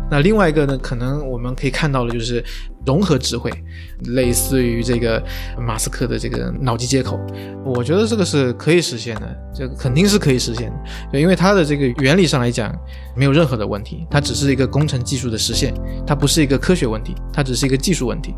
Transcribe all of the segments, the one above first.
那另外一个呢，可能我们可以看到的就是融合智慧，类似于这个马斯克的这个脑机接口，我觉得这个是可以实现的，这个肯定是可以实现的，因为它的这个原理上来讲没有任何的问题，它只是一个工程技术的实现，它不是一个科学问题，它只是一个技术问题。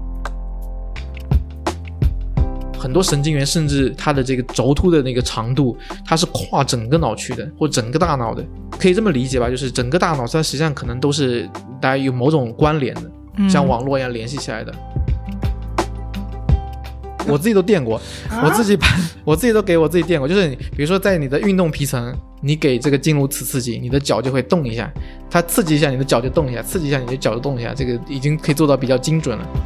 很多神经元甚至它的这个轴突的那个长度，它是跨整个脑区的，或整个大脑的，可以这么理解吧，就是整个大脑它实际上可能都是大家有某种关联的，像网络一样联系起来的。我自己都电过，我自己都给我自己电过，就是比如说在你的运动皮层，你给这个经颅磁刺激，你的脚就会动一下，它刺激一下你的脚就动一下，刺激一下你的脚就动一下，这个已经可以做到比较精准了。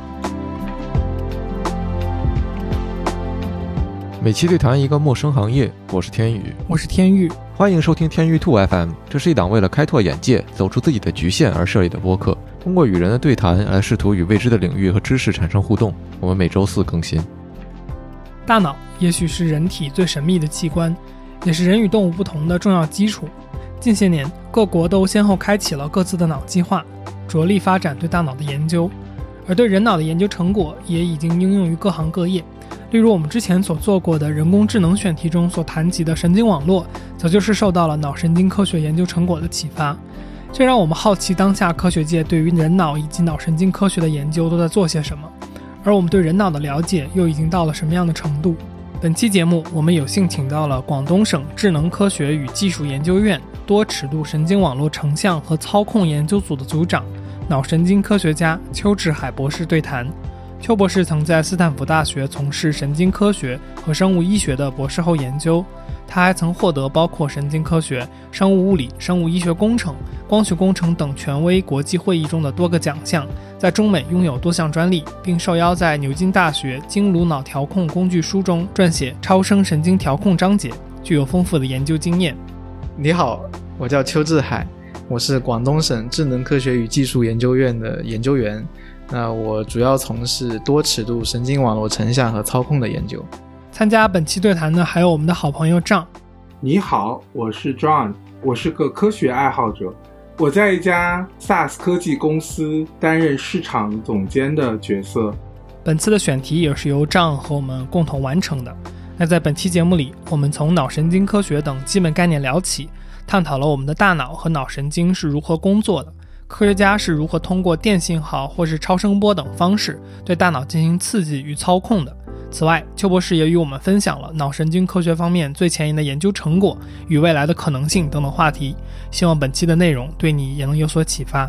每期对谈一个陌生行业，我是天宇， 我是天宇， 欢迎收听天宇兔 FM。这是一档为了开拓眼界、走出自己的局限而设立的播客，通过与人的对谈来试图与未知的领域和知识产生互动。我们每周4更新。 大脑也许是人体最神秘的器官，也是人与动物不同的重要基础。近些年，各国都先后开启了各自的脑计划，着力发展对大脑的研究，而对人脑的研究成果也已经应用于各行各业。例如我们之前所做过的人工智能选题中所谈及的神经网络，早就是受到了脑神经科学研究成果的启发。这让我们好奇当下科学界对于人脑以及脑神经科学的研究都在做些什么，而我们对人脑的了解又已经到了什么样的程度。本期节目我们有幸请到了广东省智能科学与技术研究院多尺度神经网络成像和操控研究组的组长、脑神经科学家邱志海博士对谈。邱博士曾在斯坦福大学从事神经科学和生物医学的博士后研究，他还曾获得包括神经科学、生物物理、生物医学工程、光学工程等权威国际会议中的多个奖项，在中美拥有多项专利，并受邀在牛津大学经颅脑调控工具书中撰写超声神经调控章节，具有丰富的研究经验。 你好，我叫邱志海，我是广东省智能科学与技术研究院的研究员。那我主要从事多尺度神经网络成像和操控的研究。 参加本期对谈的还有我们的好朋友John。 你好，我是 John， 我是个科学爱好者，我在一家 SaaS 科技公司担任市场总监的角色。 本次的选题也是由John和我们共同完成的。那在本期节目里，我们从脑神经科学等基本概念聊起，探讨了我们的大脑和脑神经是如何工作的，科学家是如何通过电信号或是超声波等方式对大脑进行刺激与操控的。此外，邱博士也与我们分享了脑神经科学方面最前沿的研究成果与未来的可能性等等话题，希望本期的内容对你也能有所启发。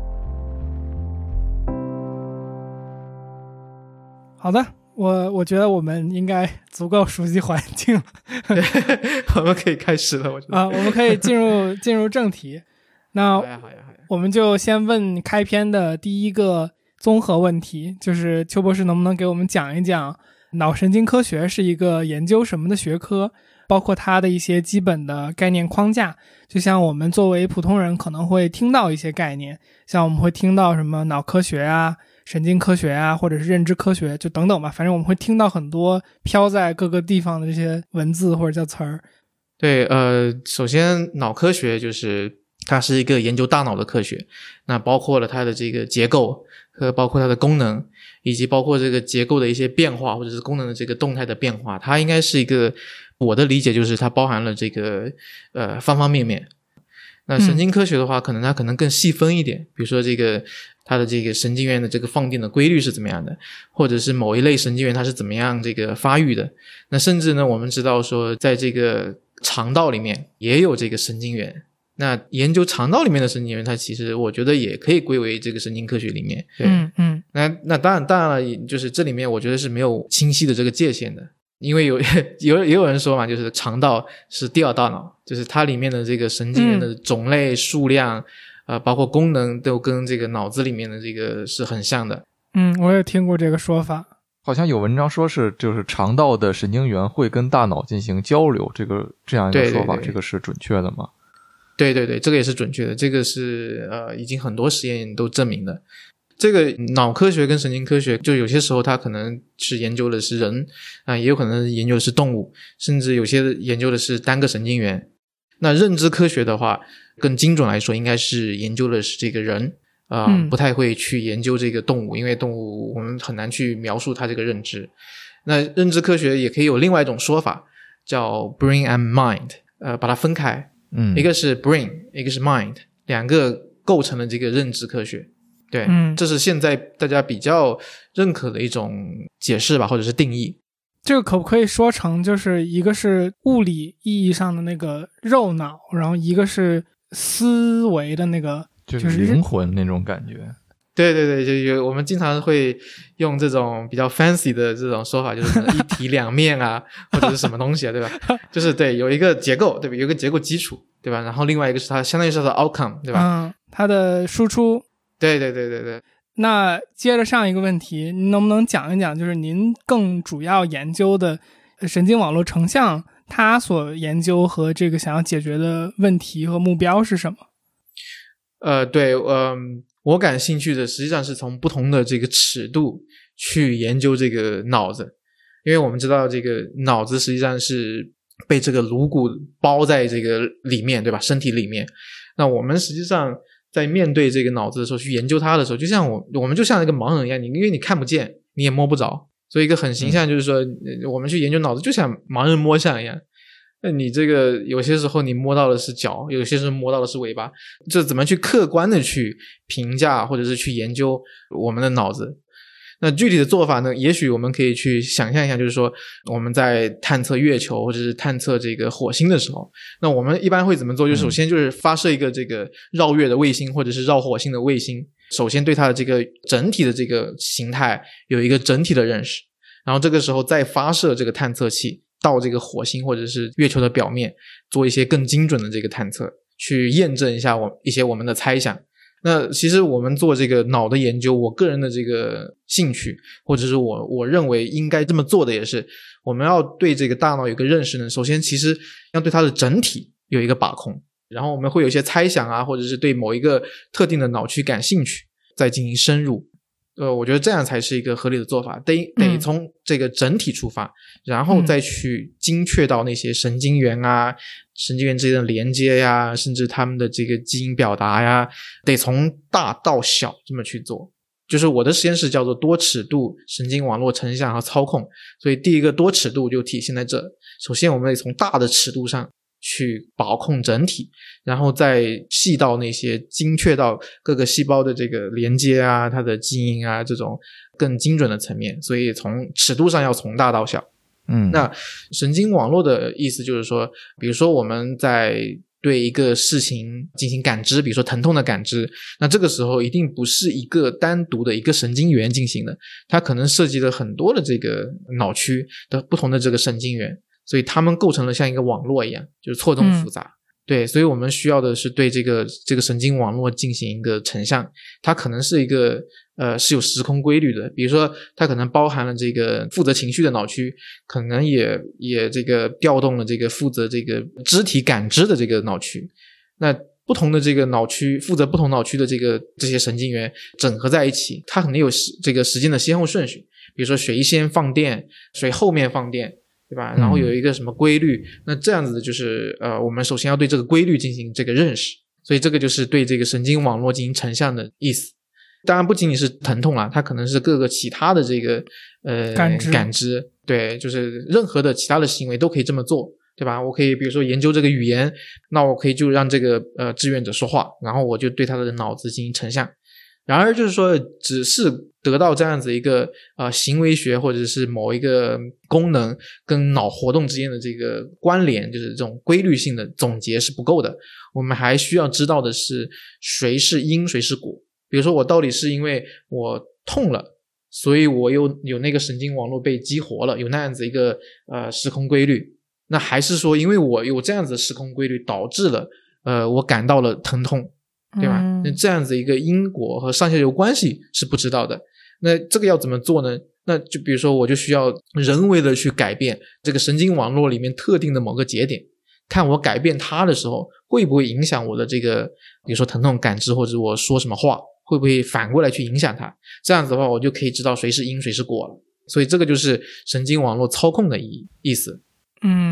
好的，我觉得我们应该足够熟悉环境了我们可以开始了，我觉得我们可以进入正题。那我们就先问开篇的第一个综合问题，就是邱博士能不能给我们讲一讲脑神经科学是一个研究什么的学科，包括它的一些基本的概念框架。就像我们作为普通人可能会听到一些概念，像我们会听到什么脑科学啊、神经科学啊，或者是认知科学，就等等吧，反正我们会听到很多飘在各个地方的这些文字或者叫词儿。 对，首先脑科学就是它是一个研究大脑的科学，那包括了它的这个结构和包括它的功能，以及包括这个结构的一些变化或者是功能的这个动态的变化。它应该是一个，我的理解就是它包含了这个方方面面。那神经科学的话，它可能更细分一点，比如说这个它的这个神经元的这个放电的规律是怎么样的，或者是某一类神经元它是怎么样这个发育的。那甚至呢，我们知道说在这个肠道里面也有这个神经元。那研究肠道里面的神经元，它其实我觉得也可以归为这个神经科学里面。对，那当然了，就是这里面我觉得是没有清晰的这个界限的，因为也有人说嘛，就是肠道是第二大脑，就是它里面的这个神经元的种类、数量，包括功能都跟这个脑子里面的这个是很像的。 我也听过这个说法。 好像有文章说是就是肠道的神经元会跟大脑进行交流，这样一个说法， 对， 这个是准确的吗？ 对，这个也是准确的，这个是已经很多实验都证明的。这个脑科学跟神经科学，就有些时候它可能是研究的是人也有可能研究的是动物，甚至有些研究的是单个神经元。 那认知科学的话，更精准来说，应该是研究的是这个人不太会去研究这个动物，因为动物我们很难去描述它这个认知。那认知科学也可以有另外一种说法，叫 brain and mind， 把它分开，一个是 brain， 一个是 mind， 两个构成了这个认知科学。对，这是现在大家比较认可的一种解释吧，或者是定义。 这个可不可以说成就是一个是物理意义上的那个肉脑，然后一个是思维的那个就是灵魂那种感觉。 对对对，就我们经常会用这种比较 fancy 的这种说法，就是一体两面啊或者是什么东西啊，对吧？就是对，有一个结构，对吧？有一个结构基础，对吧？然后另外一个是它相当于是它的 outcome， 对吧？ 它的输出。 对对对对对。 那接着上一个问题，您能不能讲一讲，就是您更主要研究的神经网络成像，它所研究和这个想要解决的问题和目标是什么？ 对，我感兴趣的实际上是从不同的这个尺度去研究这个脑子，因为我们知道这个脑子实际上是被这个颅骨包在这个里面，对吧？身体里面。那我们实际上在面对这个脑子的时候，去研究它的时候，就像我们就像一个盲人一样，因为你看不见，你也摸不着，所以一个很形象就是说，我们去研究脑子就像盲人摸象一样。那你这个有些时候你摸到的是脚，有些时候摸到的是尾巴，这怎么去客观的去评价或者是去研究我们的脑子？那具体的做法呢，也许我们可以去想象一下，就是说我们在探测月球或者是探测这个火星的时候，那我们一般会怎么做？就首先就是发射一个这个绕月的卫星或者是绕火星的卫星，首先对它的这个整体的这个形态有一个整体的认识，然后这个时候再发射这个探测器到这个火星或者是月球的表面，做一些更精准的这个探测，去验证一下一些我们的猜想。那其实我们做这个脑的研究，我个人的这个兴趣，或者是我认为应该这么做的，也是我们要对这个大脑有个认识呢。首先其实要对它的整体有一个把控，然后我们会有一些猜想啊，或者是对某一个特定的脑区感兴趣，再进行深入。我觉得这样才是一个合理的做法，得从这个整体出发，然后再去精确到那些神经元啊，神经元之间的连接呀，甚至他们的这个基因表达呀，得从大到小这么去做。就是我的实验室叫做多尺度神经网络成像和操控，所以第一个多尺度就体现在这。首先我们得从大的尺度上去把控整体，然后再细到那些精确到各个细胞的这个连接啊，它的基因啊，这种更精准的层面。所以从尺度上要从大到小。那神经网络的意思就是说，比如说我们在对一个事情进行感知，比如说疼痛的感知，那这个时候一定不是一个单独的一个神经元进行的，它可能涉及了很多的这个脑区的不同的这个神经元，所以它们构成了像一个网络一样，就是错综复杂。对，所以我们需要的是对这个神经网络进行一个成像，它可能是一个是有时空规律的，比如说它可能包含了这个负责情绪的脑区，可能也这个调动了这个负责这个肢体感知的这个脑区。那不同的这个脑区负责不同脑区的这些神经元整合在一起，它肯定有这个时间的先后顺序，比如说谁先放电，谁后面放电，对吧？然后有一个什么规律，那这样子的就是我们首先要对这个规律进行这个认识，所以这个就是对这个神经网络进行成像的意思。当然不仅仅是疼痛啦，它可能是各个其他的这个感知，对，就是任何的其他的行为都可以这么做，对吧？我可以比如说研究这个语言，那我可以就让这个志愿者说话，然后我就对他的脑子进行成像。然而就是说只是得到这样子一个行为学或者是某一个功能跟脑活动之间的这个关联，就是这种规律性的总结是不够的，我们还需要知道的是谁是因谁是果。比如说我到底是因为我痛了，所以我有那个神经网络被激活了，有那样子一个时空规律，那还是说因为我有这样子的时空规律导致了我感到了疼痛，对吧？那这样子一个因果和上下游关系是不知道的。那这个要怎么做呢？那就比如说我就需要人为的去改变这个神经网络里面特定的某个节点，看我改变它的时候会不会影响我的这个比如说疼痛感知，或者我说什么话会不会反过来去影响它。这样子的话我就可以知道谁是因谁是果了。所以这个就是神经网络操控的意思。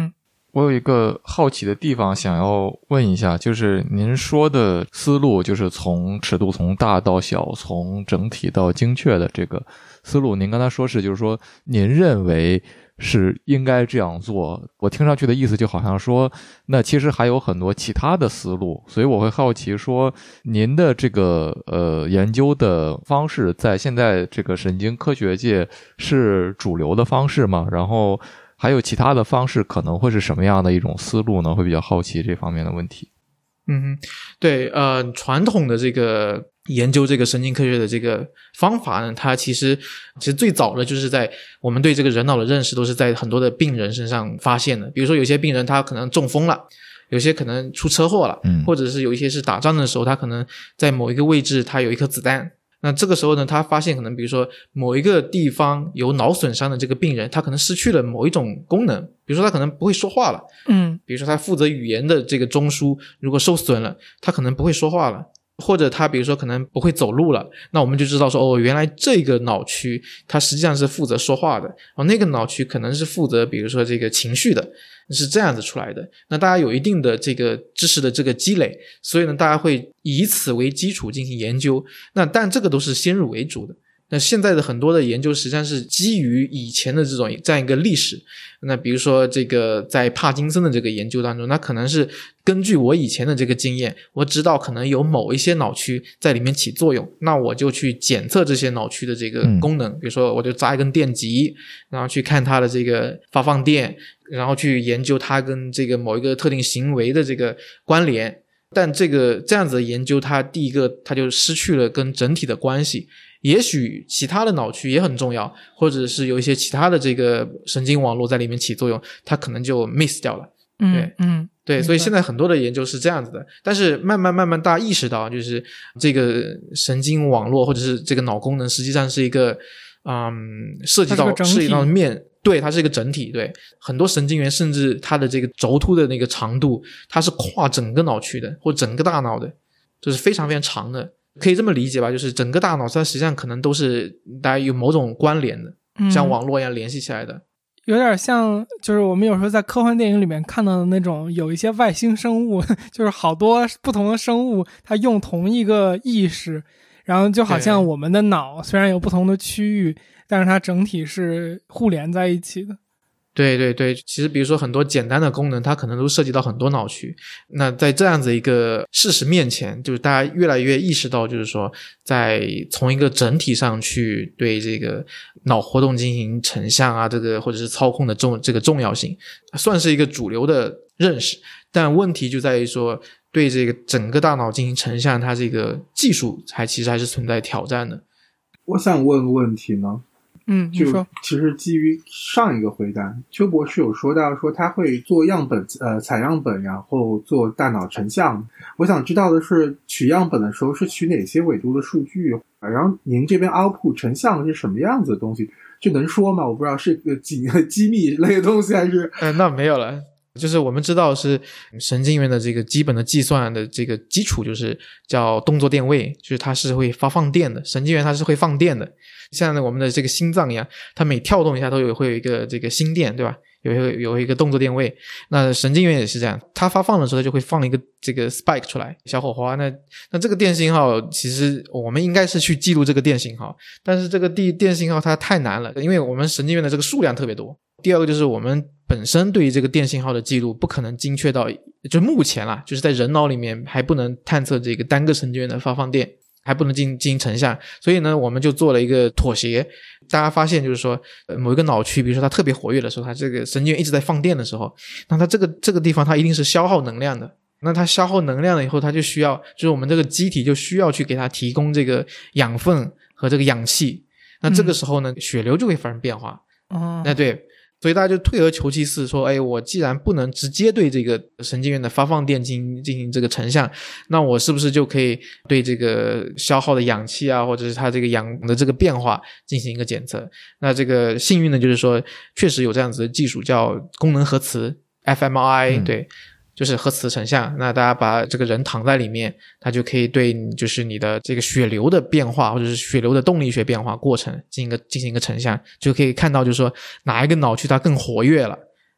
我有一个好奇的地方想要问一下，就是您说的思路，就是从尺度从大到小，从整体到精确的这个思路，您刚才说是就是说您认为是应该这样做，我听上去的意思就好像说那其实还有很多其他的思路，所以我会好奇说您的这个研究的方式在现在这个神经科学界是主流的方式吗？然后还有其他的方式可能会是什么样的一种思路呢？会比较好奇这方面的问题。 对，传统的这个研究这个神经科学的这个方法呢，它其实最早的就是在我们对这个人脑的认识都是在很多的病人身上发现的。比如说有些病人他可能中风了，有些可能出车祸了，或者是有一些是打仗的时候他可能在某一个位置他有一颗子弹，那这个时候呢，他发现可能比如说某一个地方有脑损伤的这个病人，他可能失去了某一种功能，比如说他可能不会说话了，比如说他负责语言的这个中枢如果受损了，他可能不会说话了，或者他比如说可能不会走路了，那我们就知道说原来这个脑区它实际上是负责说话的，那个脑区可能是负责比如说这个情绪的，是这样子出来的。那大家有一定的这个知识的这个积累，所以呢大家会以此为基础进行研究，但这个都是先入为主的。那现在的很多的研究实际上是基于以前的这样一个历史，那比如说这个在帕金森的这个研究当中，那可能是根据我以前的这个经验，我知道可能有某一些脑区在里面起作用，那我就去检测这些脑区的这个功能，比如说我就扎一根电极，然后去看它的这个发放电，然后去研究它跟这个某一个特定行为的这个关联。但这样子的研究，它第一个它就失去了跟整体的关系，也许其他的脑区也很重要，或者是有一些其他的这个神经网络在里面起作用，它可能就 miss 掉了。对，所以现在很多的研究是这样子的，但是慢慢大家意识到，就是这个神经网络或者是这个脑功能实际上是一个涉及到面，对，它是一个整体。对，很多神经元甚至它的这个轴突的那个长度，它是跨整个脑区的或整个大脑的，就是非常非常长的。可以这么理解吧，就是整个大脑它实际上可能都是大家有某种关联的，像网络一样联系起来的。 有点像就是我们有时候在科幻电影里面看到的那种有一些外星生物，就是好多不同的生物它用同一个意识，然后就好像我们的脑虽然有不同的区域，但是它整体是互连在一起的。 对，其实比如说很多简单的功能它可能都涉及到很多脑区，那在这样子一个事实面前，就是大家越来越意识到，就是说在从一个整体上去对这个脑活动进行成像啊，这个或者是操控的这个重要性，算是一个主流的认识。但问题就在于说对这个整个大脑进行成像，它这个技术其实还是存在挑战的。 我想问个问题呢， 你说。 其实基于上一个回答，邱博士有说到说他会做采样本，然后做大脑成像。我想知道的是，取样本的时候是取哪些纬度的数据？然后您这边 output 成像是什么样子的东西？这能说吗？我不知道是个机密类的东西还是…… 那没有了。就是我们知道是神经元的这个基本的计算的这个基础就是叫动作电位，就是它是会发放电的，神经元它是会放电的，像我们的这个心脏一样，它每跳动一下会有一个这个心电，对吧？有一个动作电位。那神经元也是这样，它发放的时候它就会放一个这个 spike 出来，小火花。那这个电信号其实我们应该是去记录这个电信号，但是这个电信号它太难了，因为我们神经元的这个数量特别多。第二个就是我们本身对于这个电信号的记录不可能精确到，就目前啦，就是在人脑里面还不能探测这个单个神经元的发放电，还不能进行成像，所以呢我们就做了一个妥协。大家发现就是说某一个脑区比如说它特别活跃的时候，它这个神经元一直在放电的时候，那它这个地方它一定是消耗能量的，那它消耗能量了以后，它就需要就是我们这个机体就需要去给它提供这个养分和这个氧气，那这个时候呢血流就会发生变化。那对，所以大家就退而求其次说，我既然不能直接对这个神经元的发放电进行这个成像，那我是不是就可以对这个消耗的氧气啊，或者是它这个氧的这个变化进行一个检测。那这个幸运的就是说确实有这样子的技术叫功能核磁 fMRI，对，就是核磁成像。那大家把这个人躺在里面，它就可以对就是你的这个血流的变化或者是血流的动力学变化过程进行一个成像，就可以看到就是说哪一个脑区它更活跃了，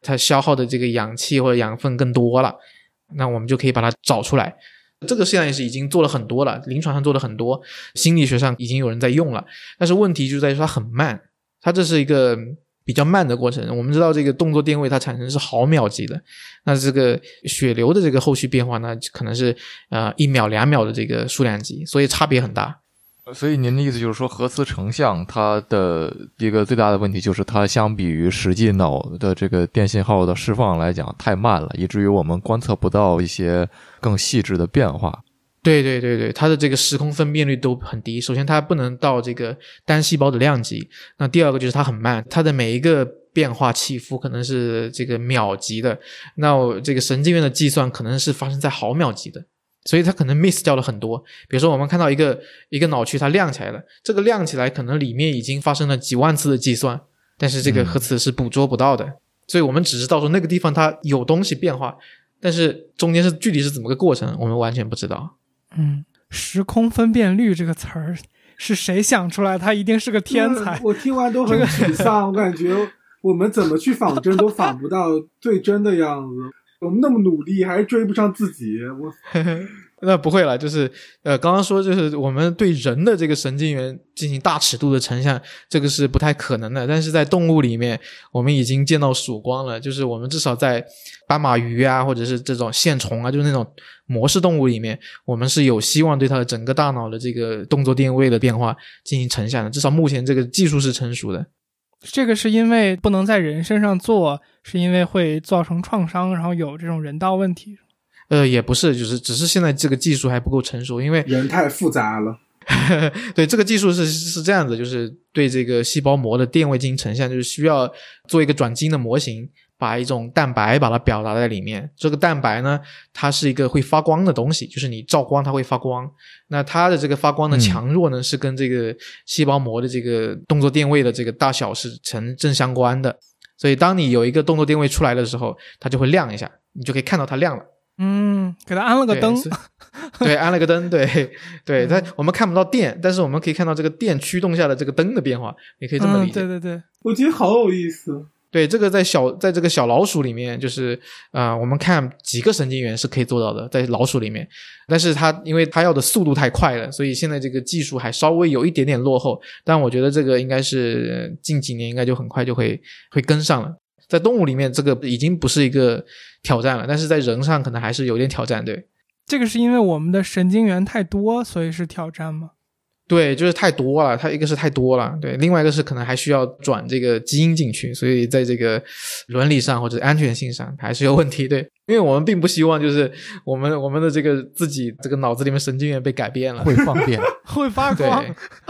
它消耗的这个氧气或者养分更多了，那我们就可以把它找出来。这个现在是已经做了很多了，临床上做了很多，心理学上已经有人在用了，但是问题就在于它很慢，它这是一个比较慢的过程。我们知道这个动作电位它产生是毫秒级的，那这个血流的这个后续变化呢，可能是1秒2秒的这个数量级，所以差别很大。 所以您的意思就是说，核磁成像它的一个最大的问题就是它相比于实际脑的这个电信号的释放来讲太慢了，以至于我们观测不到一些更细致的变化。 对，它的这个时空分辨率都很低。首先它不能到这个单细胞的量级，那第二个就是它很慢，它的每一个变化起伏可能是这个秒级的，那这个神经元的计算可能是发生在毫秒级的，所以它可能 miss 掉了很多。比如说我们看到一个脑区它亮起来了，这个亮起来可能里面已经发生了几万次的计算，但是这个核磁是捕捉不到的，所以我们只知道说那个地方它有东西变化，但是中间是具体是怎么个过程我们完全不知道。 时空分辨率这个词儿是谁想出来？他一定是个天才。 我听完都很沮丧，我感觉我们怎么去仿真都仿不到最真的样子，我们那么努力还是追不上自己。 那不会了，就是刚刚说就是我们对人的这个神经元进行大尺度的成像，这个是不太可能的，但是在动物里面我们已经见到曙光了，就是我们至少在斑马鱼啊或者是这种线虫啊，就是那种模式动物里面，我们是有希望对它的整个大脑的这个动作电位的变化进行成像的，至少目前这个技术是成熟的。 这个是因为不能在人身上做，是因为会造成创伤，然后有这种人道问题？ 也不是，就是只是现在这个技术还不够成熟，因为人太复杂了。 对，这个技术是这样子，就是对这个细胞膜的电位进行成像，就是需要做一个转基因的模型，把一种蛋白把它表达在里面。这个蛋白呢，它是一个会发光的东西，就是你照光它会发光。那它的这个发光的强弱呢，是跟这个细胞膜的这个动作电位的这个大小是正相关的。所以当你有一个动作电位出来的时候，它就会亮一下，你就可以看到它亮了。 给它安了个灯。 对，安了个灯，对，我们看不到电，但是我们可以看到这个电驱动下的这个灯的变化，也可以这么理解。 对， 我觉得好有意思。 对，这个在这个小老鼠里面，就是我们看几个神经元是可以做到的，在老鼠里面，但是因为它要的速度太快了，所以现在这个技术还稍微有一点点落后，但我觉得这个应该是近几年应该就很快就会跟上了。在动物里面这个已经不是一个挑战了，但是在人上可能还是有点挑战。对， 这个是因为我们的神经元太多所以是挑战吗？ 对，就是太多了，它一个是太多了，对，另外一个是可能还需要转这个基因进去，所以在这个伦理上或者安全性上还是有问题。对，因为我们并不希望就是我们的这个自己这个脑子里面神经元被改变了， 会放电会发光。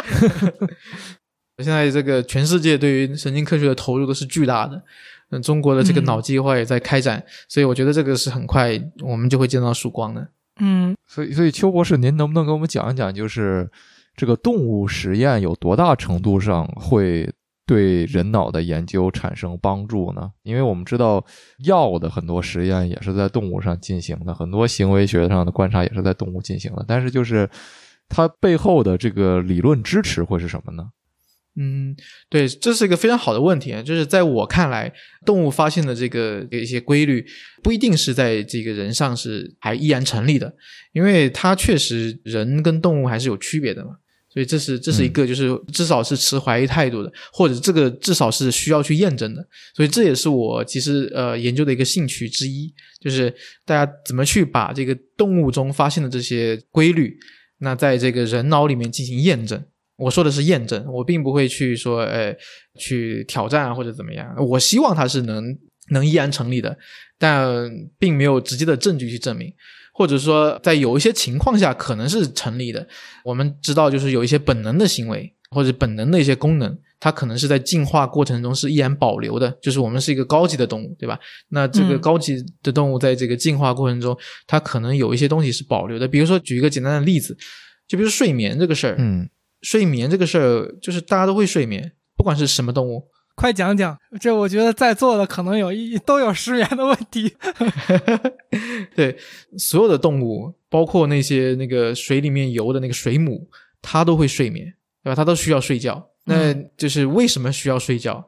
现在这个全世界对于神经科学的投入都是巨大的，中国的这个脑计划也在开展，所以我觉得这个是很快我们就会见到曙光的。 所以邱博士，您能不能给我们讲一讲，就是这个动物实验有多大程度上会对人脑的研究产生帮助呢？因为我们知道药的很多实验也是在动物上进行的，很多行为学上的观察也是在动物进行的，但是就是它背后的这个理论支持会是什么呢？ 对，这是一个非常好的问题啊！就是在我看来，动物发现的这个一些规律，不一定是在这个人上是还依然成立的，因为它确实人跟动物还是有区别的嘛。所以这是一个就是至少是持怀疑态度的，或者这个至少是需要去验证的。所以这也是我其实研究的一个兴趣之一，就是大家怎么去把这个动物中发现的这些规律，那在这个人脑里面进行验证。我说的是验证，我并不会去说去挑战或者怎么样，我希望它是能依然成立的，但并没有直接的证据去证明，或者说在有一些情况下可能是成立的。我们知道就是有一些本能的行为或者本能的一些功能，它可能是在进化过程中是依然保留的，就是我们是一个高级的动物，对吧？那这个高级的动物在这个进化过程中，它可能有一些东西是保留的。比如说举一个简单的例子，就比如睡眠这个事儿，睡眠这个事儿就是大家都会睡眠，不管是什么动物。 快讲讲，这我觉得在座的可能都有失眠的问题。 对，所有的动物包括那些那个水里面游的那个水母，它都会睡眠，对吧？它都需要睡觉。那就是为什么需要睡觉？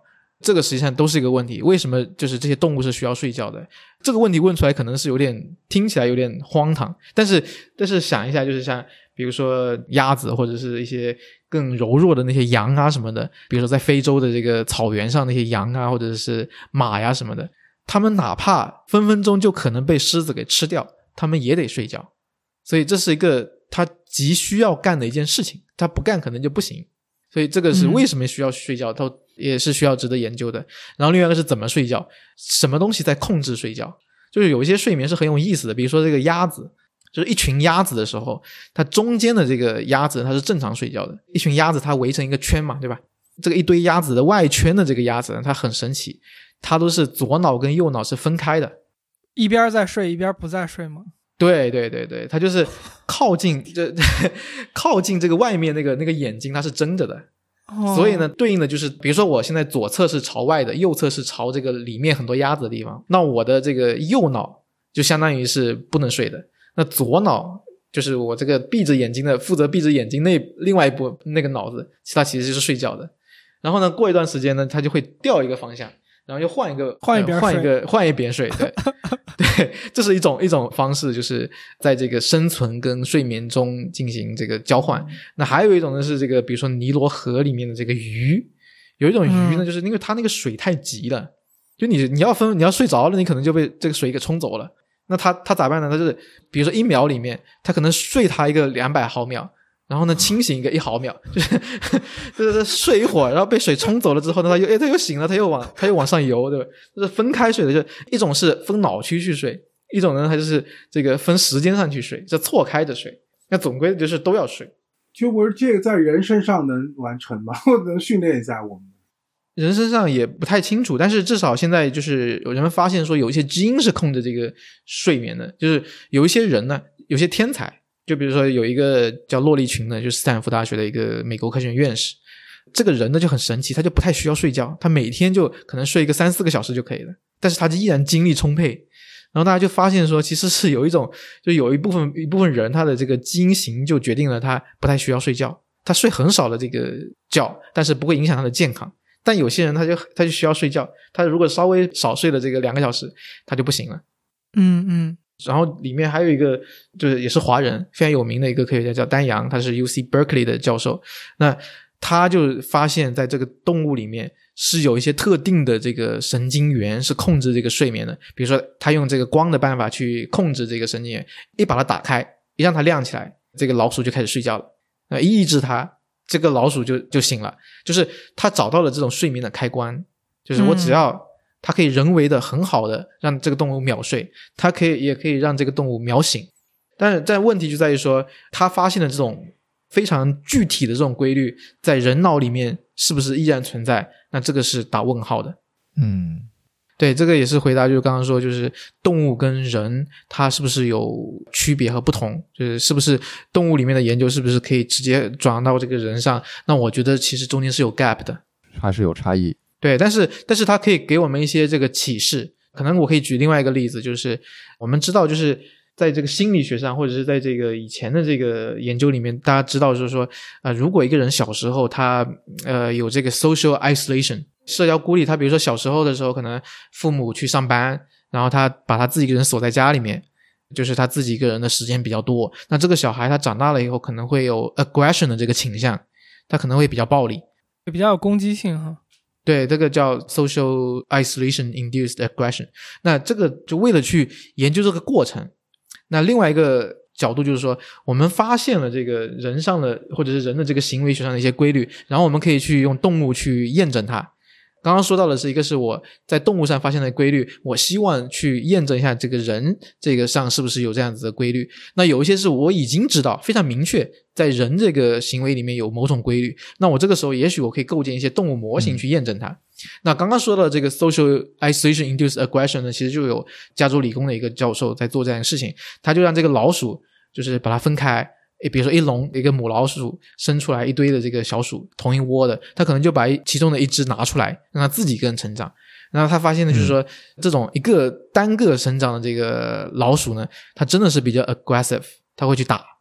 这个实际上都是一个问题，为什么就是这些动物是需要睡觉的？这个问题问出来可能是有点听起来有点荒唐，但是想一下，就是像比如说鸭子或者是一些更柔弱的那些羊啊什么的，比如说在非洲的这个草原上那些羊啊或者是马呀什么的，他们哪怕分分钟就可能被狮子给吃掉，他们也得睡觉。所以这是一个他急需要干的一件事情，他不干可能就不行。所以这个是为什么需要睡觉，它也是需要值得研究的。然后另外一个是怎么睡觉，什么东西在控制睡觉，就是有一些睡眠是很有意思的，比如说这个鸭子，就是一群鸭子的时候，它中间的这个鸭子它是正常睡觉的，一群鸭子它围成一个圈嘛，对吧？这个一堆鸭子的外圈的这个鸭子它很神奇，它都是左脑跟右脑是分开的， 一边在睡一边不在睡吗？ 对对对对，它就是靠近这个外面那个眼睛它是睁着的。所以呢对应的就是比如说我现在左侧是朝外的，右侧是朝这个里面很多鸭子的地方，那我的这个右脑就相当于是不能睡的，那左脑就是我这个闭着眼睛的负责闭着眼睛那另外一部那个脑子，它其实是睡觉的。然后呢过一段时间呢它就会调一个方向，然后又换一边睡，对对，这是一种方式，就是在这个生存跟睡眠中进行这个交换。那还有一种呢是这个比如说尼罗河里面的这个鱼，有一种鱼呢就是因为它那个水太急了，就你要睡着了，你可能就被这个水给冲走了，那它咋办呢？它就是比如说1秒里面它可能睡它一个200毫秒，然后呢清醒一个1毫秒，就是睡一会儿，然后被水冲走了之后呢，他又醒了，他又往上游，对吧？就是分开睡的，就一种是分脑区去睡，一种呢它就是这个分时间上去睡，就错开着睡。那总归就是都要睡。 就不是这个在人身上能完成吗？或者能训练一下我们？ 人身上也不太清楚，但是至少现在就是有人们发现说有一些基因是控制这个睡眠的，就是有一些人呢，有些天才，就比如说有一个叫洛利群的，就是斯坦福大学的一个美国科学院院士，这个人呢就很神奇，他就不太需要睡觉，他每天就可能睡一个3-4个小时就可以了，但是他依然精力充沛。然后大家就发现说其实是有一部分人他的这个基因型就决定了他不太需要睡觉，他睡很少的这个觉，但是不会影响他的健康。但有些人他就需要睡觉，他如果稍微少睡了这个2个小时他就不行了。然后里面还有一个就是也是华人非常有名的一个科学家叫丹阳，他是 UC Berkeley 的教授。那他就发现在这个动物里面是有一些特定的这个神经元是控制这个睡眠的，比如说他用这个光的办法去控制这个神经元，一把它打开，一让它亮起来，这个老鼠就开始睡觉了，一抑制它，这个老鼠就醒了。就是他找到了这种睡眠的开关，就是我只要它可以人为的很好的让这个动物秒睡，它也可以让这个动物秒醒。但问题就在于说他发现了这种非常具体的这种规律在人脑里面是不是依然存在，那这个是打问号的。对，这个也是回答就是刚刚说就是动物跟人它是不是有区别和不同，就是是不是动物里面的研究是不是可以直接转到这个人上，那我觉得其实中间是有 gap 的， 还是有差异。 对，但是它可以给我们一些这个启示。可能我可以举另外一个例子，就是我们知道就是在这个心理学上或者是在这个以前的这个研究里面，大家知道就是说如果一个人小时候他有这个 social isolation 社交孤立，他比如说小时候的时候可能父母去上班，然后他把他自己一个人锁在家里面，就是他自己一个人的时间比较多，那这个小孩他长大了以后可能会有 aggression 的这个倾向，他可能会比较暴力， 比较有攻击性哈。 对，这个叫 social isolation induced aggression。 那这个就为了去研究这个过程，那另外一个角度就是说我们发现了这个人上的或者是人的这个行为学上的一些规律，然后我们可以去用动物去验证它。刚刚说到的是一个是我在动物上发现的规律，我希望去验证一下这个人这个上是不是有这样子的规律。那有一些是我已经知道非常明确在人这个行为里面有某种规律，那我这个时候也许我可以构建一些动物模型去验证它。那刚刚说到这个 social isolation induced aggression 呢，其实就有加州理工的一个教授在做这样的事情，他就让这个老鼠就是把它分开，比如说一个母老鼠生出来一堆的这个小鼠同一窝的，他可能就把其中的一只拿出来让它自己一个人成长。然后他发现呢就是说这种一个单个生长的这个老鼠呢，它真的是比较 aggressive， 它会去打。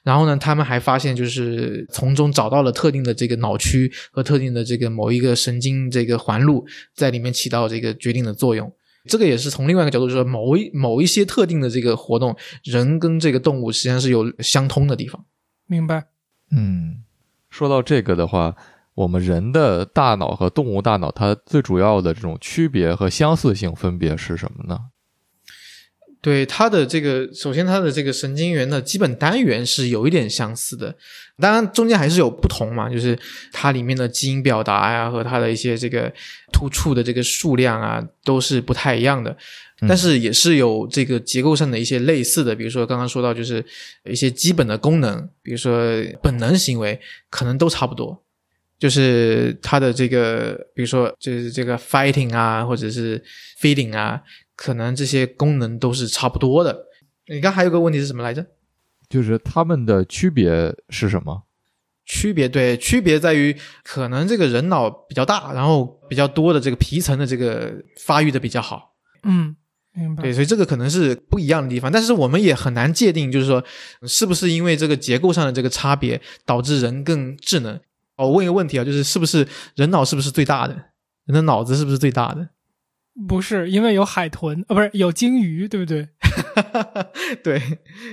然后呢，他们还发现就是从中找到了特定的这个脑区和特定的这个某一个神经这个环路在里面起到这个决定的作用。这个也是从另外一个角度说，某一些特定的这个活动，人跟这个动物实际上是有相通的地方。 明白。 说到这个的话，我们人的大脑和动物大脑它最主要的这种区别和相似性分别是什么呢？ 对，它的这个首先它的这个神经元的基本单元是有一点相似的，当然中间还是有不同嘛，就是它里面的基因表达呀和它的一些这个突触的这个数量啊都是不太一样的，但是也是有这个结构上的一些类似的，比如说刚刚说到就是一些基本的功能，比如说本能行为可能都差不多，就是它的这个比如说就是这个 fighting 啊或者是 feeding 啊，可能这些功能都是差不多的。你刚还有个问题是什么来着？ 就是它们的区别是什么？ 区别在于可能这个人脑比较大，然后比较多的这个皮层的这个发育的比较好。 明白。 对，所以这个可能是不一样的地方，但是我们也很难界定，就是说是不是因为这个结构上的这个差别导致人更智能。我问一个问题啊，就是是不是人脑是不是最大的？人的脑子是不是最大的？ 不是，因为有海豚不是有鲸鱼，对不对？ 对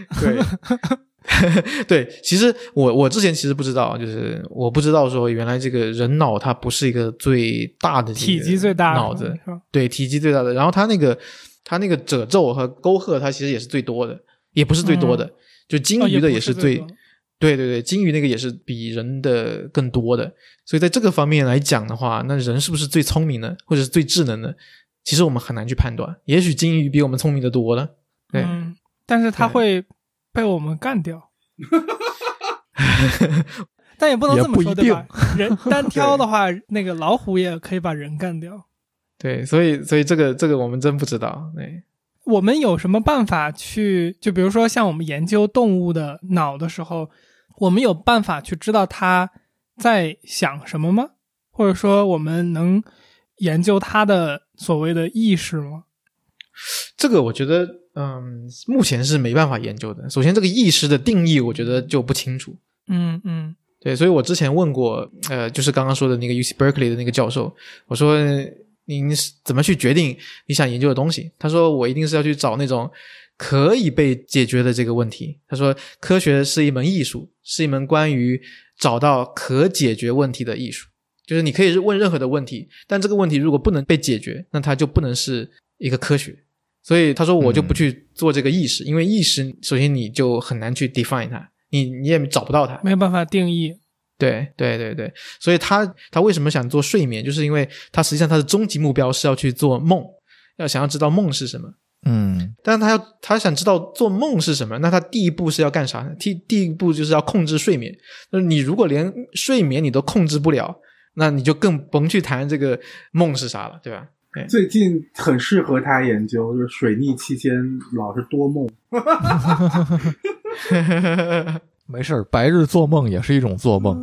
对，其实我之前其实不知道，就是我不知道说原来这个人脑它不是一个最大的体积最大的脑子，对，体积最大的，然后它那个褶皱和沟壑它其实也是最多的，也不是最多的，就鲸鱼的也是最对，鲸鱼那个也是比人的更多的，所以在这个方面来讲的话，那人是不是最聪明的或者是最智能的，其实我们很难去判断，也许鲸鱼比我们聪明的多了，对， 但是它会被我们干掉。但也不能这么说，对吧？人单挑的话那个老虎也可以把人干掉。 对，所以这个我们真不知道。对， 我们有什么办法去，就比如说像我们研究动物的脑的时候，我们有办法去知道它在想什么吗？或者说我们能研究它的所谓的意识吗？ 这个我觉得目前是没办法研究的。首先这个意识的定义我觉得就不清楚。对，所以我之前问过就是刚刚说的那个 UC Berkeley 的那个教授，我说您怎么去决定你想研究的东西？他说我一定是要去找那种可以被解决的这个问题。他说科学是一门艺术，是一门关于找到可解决问题的艺术，就是你可以问任何的问题，但这个问题如果不能被解决，那它就不能是一个科学。所以他说我就不去做这个意识，因为意识首先你就很难去 define 它，你也找不到它， 没有办法定义。 对，所以他为什么想做睡眠，就是因为他实际上他的终极目标是要去做梦，想要知道梦是什么。但是他想知道做梦是什么，那他第一步是要干啥呢？第一步就是要控制睡眠。那你如果连睡眠你都控制不了，那你就更甭去谈这个梦是啥了，对吧？ 最近很适合他研究，就是水逆期间老是多梦。 没事，白日做梦也是一种做梦。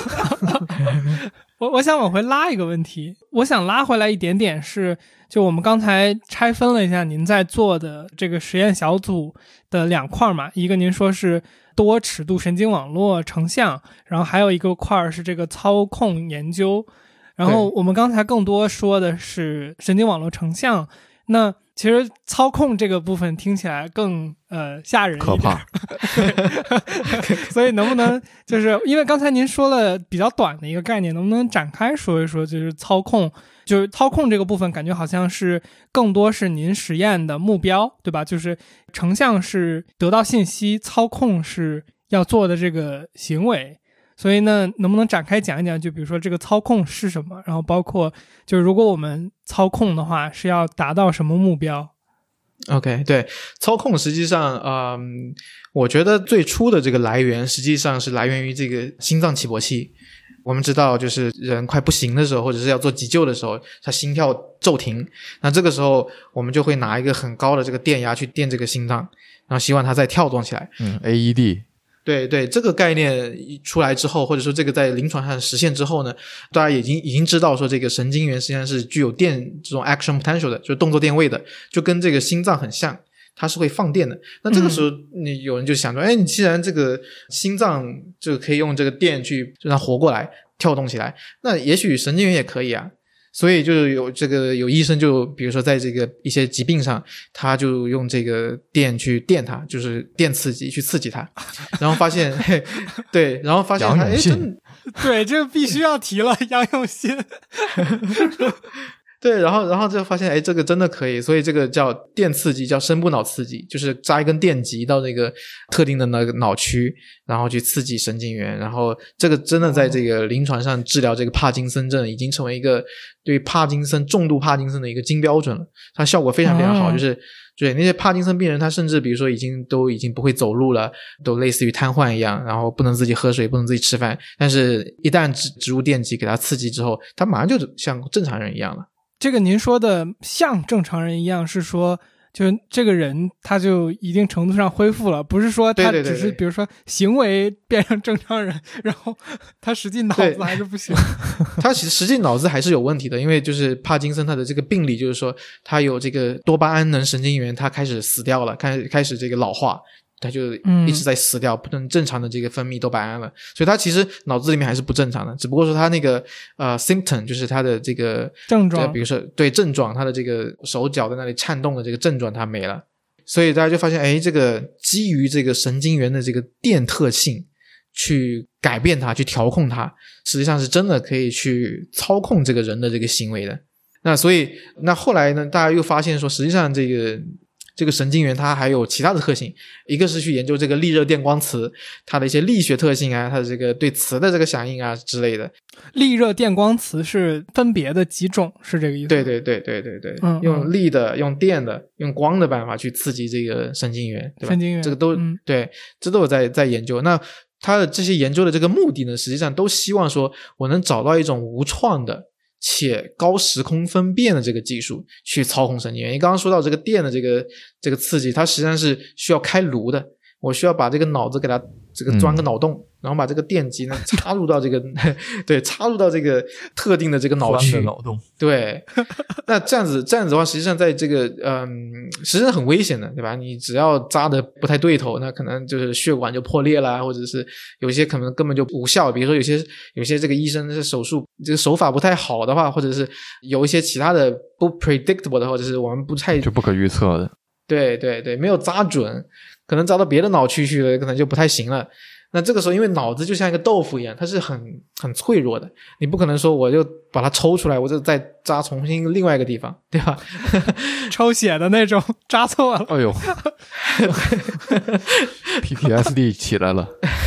我想往回拉一个问题，我想拉回来一点点是，就我们刚才拆分了一下您在做的这个实验小组的两块嘛，一个您说是多尺度神经网络成像，然后还有一个块是这个操控研究，然后我们刚才更多说的是神经网络成像，那其实操控这个部分听起来更吓人一点， 可怕。 所以能不能就是因为刚才您说了比较短的一个概念，能不能展开说一说，就是操控这个部分感觉好像是更多是您实验的目标，对吧？就是成像是得到信息，操控是要做的这个行为。所以呢，能不能展开讲一讲，就比如说这个操控是什么，然后包括就是如果我们操控的话是要达到什么目标？ OK， 对，操控实际上我觉得最初的这个来源实际上是来源于这个心脏起搏器。我们知道就是人快不行的时候，或者是要做急救的时候，他心跳骤停，那这个时候我们就会拿一个很高的这个电压去电这个心脏，然后希望它再跳动起来。 AED。 对，这个概念出来之后，或者说这个在临床上实现之后呢，大家已经知道说这个神经元实际上是具有这种 action potential 的，就是动作电位的，就跟这个心脏很像， 它是会放电的。那这个时候你有人就想说，你既然这个心脏就可以用这个电去让它活过来跳动起来，那也许神经元也可以啊。所以就是有医生就比如说在这个一些疾病上，他就用这个电去电它，就是电刺激去刺激它，然后发现对，然后发现它真对，这个必须要提了，杨永信对，然后就发现这个真的可以，所以这个叫电刺激，叫深部脑刺激，就是扎一根电极到那个特定的那个脑区，然后去刺激神经元，然后这个真的在这个临床上治疗这个帕金森症已经成为一个对帕金森重度帕金森的一个金标准了，它效果非常非常好，就是对那些帕金森病人，他甚至比如说已经不会走路了，都类似于瘫痪一样，然后不能自己喝水，不能自己吃饭，但是一旦植入电极给他刺激之后，他马上就像正常人一样了。 这个您说的像正常人一样是说就这个人他就一定程度上恢复了，不是说他只是比如说行为变成正常人，然后他实际脑子还是不行。 他其实实际脑子还是有问题的，因为就是帕金森他的这个病理就是说他有这个多巴胺能神经元他开始死掉了，开始这个老化，他就一直在死掉，不能正常的这个分泌多巴胺了，所以他其实脑子里面还是不正常的，只不过说他那个symptom 就是他的这个症状， 比如说对症状，他的这个手脚在那里颤动的这个症状他没了，所以大家就发现这个基于这个神经元的这个电特性去改变它，去调控它，实际上是真的可以去操控这个人的这个行为的。那所以那后来呢，大家又发现说实际上这个神经元它还有其他的特性，一个是去研究这个力热电光磁它的一些力学特性啊，它的这个对磁的这个响应啊之类的。 力热电光磁是分别的几种，是这个意思？ 对，用力的、用电的、用光的办法去刺激这个神经元，对吧？ 神经元这个都对，这都有在研究。那他的这些研究的这个目的呢，实际上都希望说我能找到一种无创的且高时空分辨的这个技术去操控神经元。你刚刚说到这个电的这个刺激，它实际上是需要开颅的，我需要把这个脑子给它这个钻个脑洞，然后把这个电极呢插入到这个对，插入到这个特定的这个脑区， 钻个脑洞。 对，那这样子的话，实际上在这个实际上很危险的，对吧？你只要扎的不太对头，那可能就是血管就破裂啦，或者是有些可能根本就无效。比如说有些这个医生是手术这个手法不太好的话，或者是有一些其他的不 predictable 的，或者是我们就不可预测的。 对，没有扎准，可能扎到别的脑区去了，可能就不太行了。那这个时候因为脑子就像一个豆腐一样，它是很脆弱的，你不可能说我就把它抽出来，我就再扎重新另外一个地方，对吧？ 抽血的那种，扎错了。 哎呦PTSD 起来了。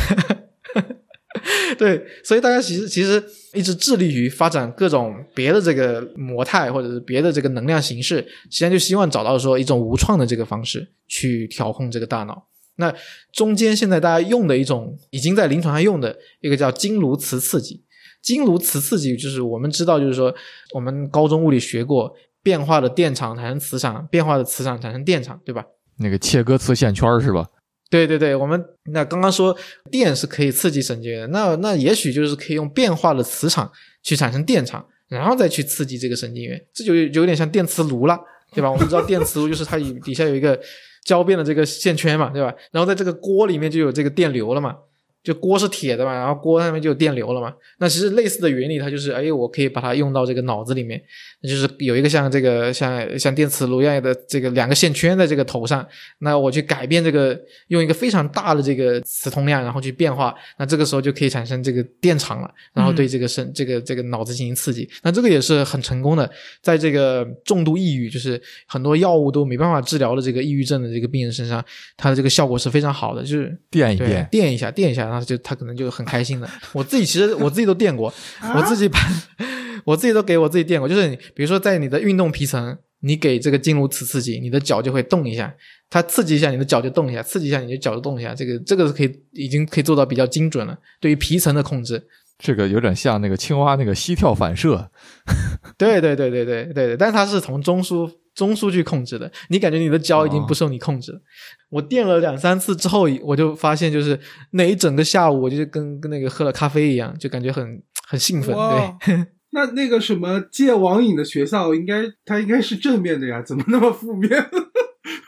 对，所以大家其实一直致力于发展各种别的这个模态或者是别的这个能量形式，实际上就希望找到说一种无创的这个方式去调控这个大脑。那中间现在大家用的一种已经在临床上用的一个叫经颅磁刺激。经颅磁刺激就是我们知道，就是说我们高中物理学过，变化的电场产生磁场，变化的磁场产生电场，对吧？ 那个切割磁线圈是吧？ 对，我们那刚刚说电是可以刺激神经元的，那也许就是可以用变化的磁场去产生电场，然后再去刺激这个神经元，这就有点像电磁炉了，对吧？我们知道电磁炉就是它底下有一个交变的这个线圈嘛，对吧？然后在这个锅里面就有这个电流了嘛，就锅是铁的嘛，然后锅上面就有电流了嘛。那其实类似的原理，它就是我可以把它用到这个脑子里面，那就是有一个像这个像电磁炉一样的这个两个线圈在这个头上，那我去改变这个，用一个非常大的这个磁通量，然后去变化，那这个时候就可以产生这个电场了，然后对这个这个脑子进行刺激。那这个也是很成功的，在这个重度抑郁，就是很多药物都没办法治疗的这个抑郁症的这个病人身上，它的这个效果是非常好的，就是电一下，然后他可能就很开心的。我自己都电过，我自己都给我自己电过，就是你比如说在你的运动皮层，你给这个经颅磁刺激，你的脚就会动一下，它刺激一下你的脚就动一下，刺激一下你的脚就动一下，这个是已经可以做到比较精准了，对于皮层的控制。 这个有点像那个青蛙那个膝跳反射。 对，但是它是从中枢去控制的，你感觉你的脚已经不受你控制了。我电了2-3次之后，我就发现就是那一整个下午我就跟那个喝了咖啡一样，就感觉很兴奋。对， 那个什么戒网瘾的学校它应该是正面的呀，怎么那么负面？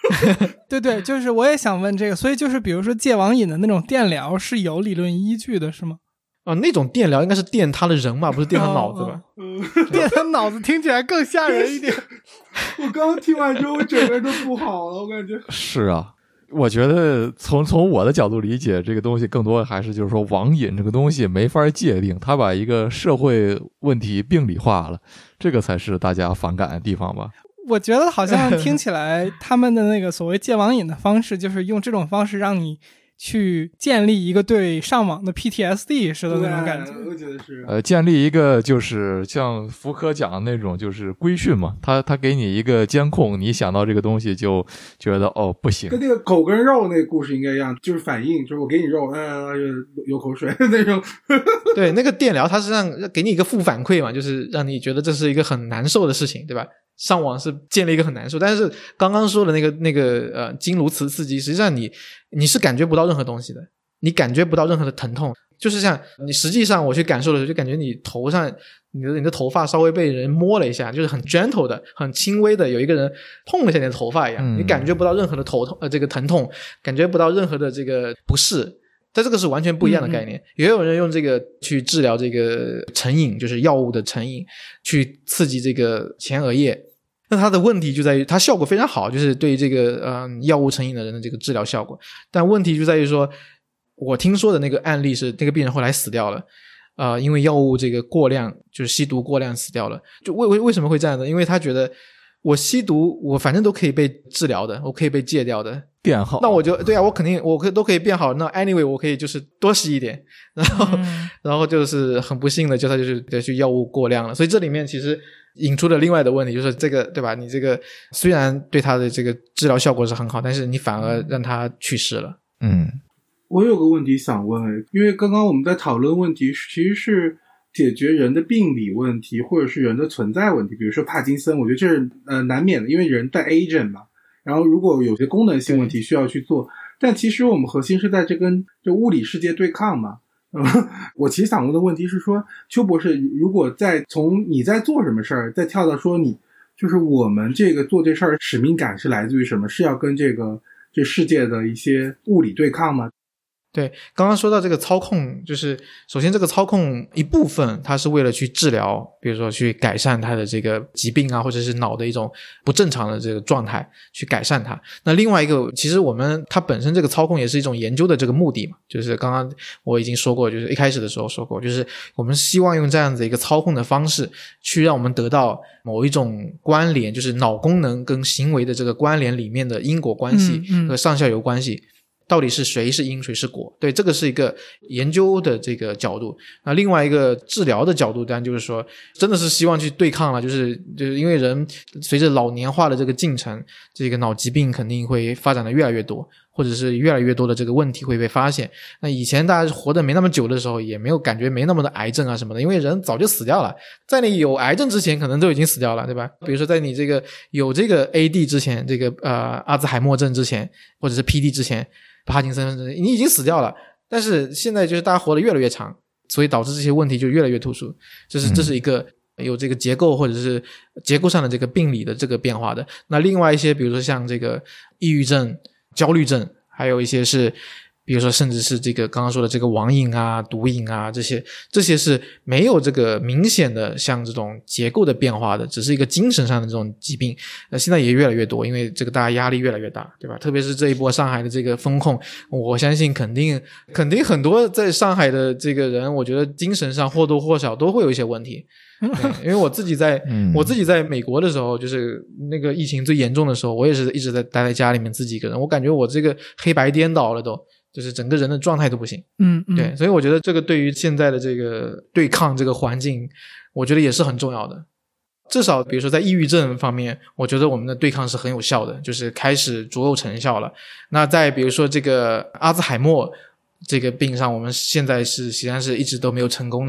对对，就是我也想问这个，所以就是比如说戒网瘾的那种电疗是有理论依据的是吗？ 那种电疗应该是电他的人吧，不是电他脑子吧？ 电他脑子听起来更吓人一点。 我刚听完之后，我整个人都不好了，我感觉。 是啊，我觉得从我的角度理解这个东西，更多的还是就是说网瘾这个东西没法界定，它把一个社会问题病理化了，这个才是大家反感的地方吧。 我觉得好像听起来他们的那个所谓戒网瘾的方式，就是用这种方式让你去建立一个对上网的 PTSD 似的那种感觉。 我觉得是建立一个就是像福柯讲的那种就是规训嘛，他给你一个监控，你想到这个东西就觉得不行， 跟那个口跟肉那个故事应该一样，就是反应，就是我给你肉有口水那种。 对，那个电疗它是让给你一个负反馈嘛，就是让你觉得这是一个很难受的事情，对吧？上网是建立一个很难受，但是刚刚说的那个经颅磁刺激，实际上你是感觉不到任何东西的，你感觉不到任何的疼痛，就是像你实际上我去感受的时候，就感觉你头上你的头发稍微被人摸了一下，就是很 gentle 的很轻微的有一个人碰了一下你的头发一样，你感觉不到任何的这个疼痛，感觉不到任何的这个不适，但这个是完全不一样的概念。也有人用这个去治疗这个成瘾，就是药物的成瘾，去刺激这个前额叶。那它的问题就在于它效果非常好，就是对于这个药物成瘾的人的这个治疗效果，但问题就在于说，我听说的那个案例是那个病人后来死掉了，因为药物这个过量，就是吸毒过量死掉了。就为什么会这样呢？因为他觉得我吸毒我反正都可以被治疗的，我可以被戒掉的， 变好， 那我就对啊，我都可以变好，那 anyway 我可以就是多吸一点，然后就是很不幸的就他就是得去药物过量了。所以这里面其实引出了另外的问题，就是这个对吧，你这个虽然对他的这个治疗效果是很好，但是你反而让他去世了。 我有个问题想问，因为刚刚我们在讨论问题其实是解决人的病理问题或者是人的存在问题，比如说帕金森，我觉得这是难免的，因为人带 agent 嘛，然后如果有些功能性问题需要去做，但其实我们核心是在这跟这物理世界对抗嘛。我其实想问的问题是说，邱博士，如果再从你在做什么事儿，再跳到说你就是我们这个做这事儿使命感是来自于什么？是要跟这世界的一些物理对抗吗？ 对，刚刚说到这个操控，就是首先这个操控一部分它是为了去治疗，比如说去改善它的这个疾病啊，或者是脑的一种不正常的这个状态，去改善它。那另外一个，其实它本身这个操控也是一种研究的这个目的嘛，就是刚刚我已经说过，就是一开始的时候说过，就是我们希望用这样子一个操控的方式去让我们得到某一种关联，就是脑功能跟行为的这个关联里面的因果关系和上下游关系。到底是谁是因谁是果，对，这个是一个研究的这个角度。那另外一个治疗的角度当然就是说真的是希望去对抗了，就是因为人随着老年化的这个进程，这个脑疾病肯定会发展的越来越多，或者是越来越多的这个问题会被发现。那以前大家活得没那么久的时候，也没有感觉没那么的癌症啊什么的，因为人早就死掉了，在你有癌症之前可能都已经死掉了，对吧？比如说在你这个有这个 AD 之前，这个阿兹海默症之前，或者是 PD 之前，帕金森你已经死掉了，但是现在就是大家活得越来越长，所以导致这些问题就越来越突出。这是一个有这个结构或者是结构上的这个病理的这个变化的。那另外一些比如说像这个抑郁症、焦虑症，还有一些是比如说甚至是这个刚刚说的这个网瘾啊、毒瘾啊，这些是没有这个明显的像这种结构的变化的，只是一个精神上的这种疾病。现在也越来越多，因为这个大家压力越来越大，对吧？特别是这一波上海的这个封控，我相信肯定很多在上海的这个人，我觉得精神上或多或少都会有一些问题。因为我自己在美国的时候，就是那个疫情最严重的时候，我也是一直在待在家里面自己一个人，我感觉我这个黑白颠倒了都，就是整个人的状态都不行。对，所以我觉得这个对于现在的这个对抗这个环境，我觉得也是很重要的。至少比如说在抑郁症方面，我觉得我们的对抗是很有效的，就是开始足够成效了。那在比如说这个阿兹海默这个病上，我们现在实际上是一直都没有成功的。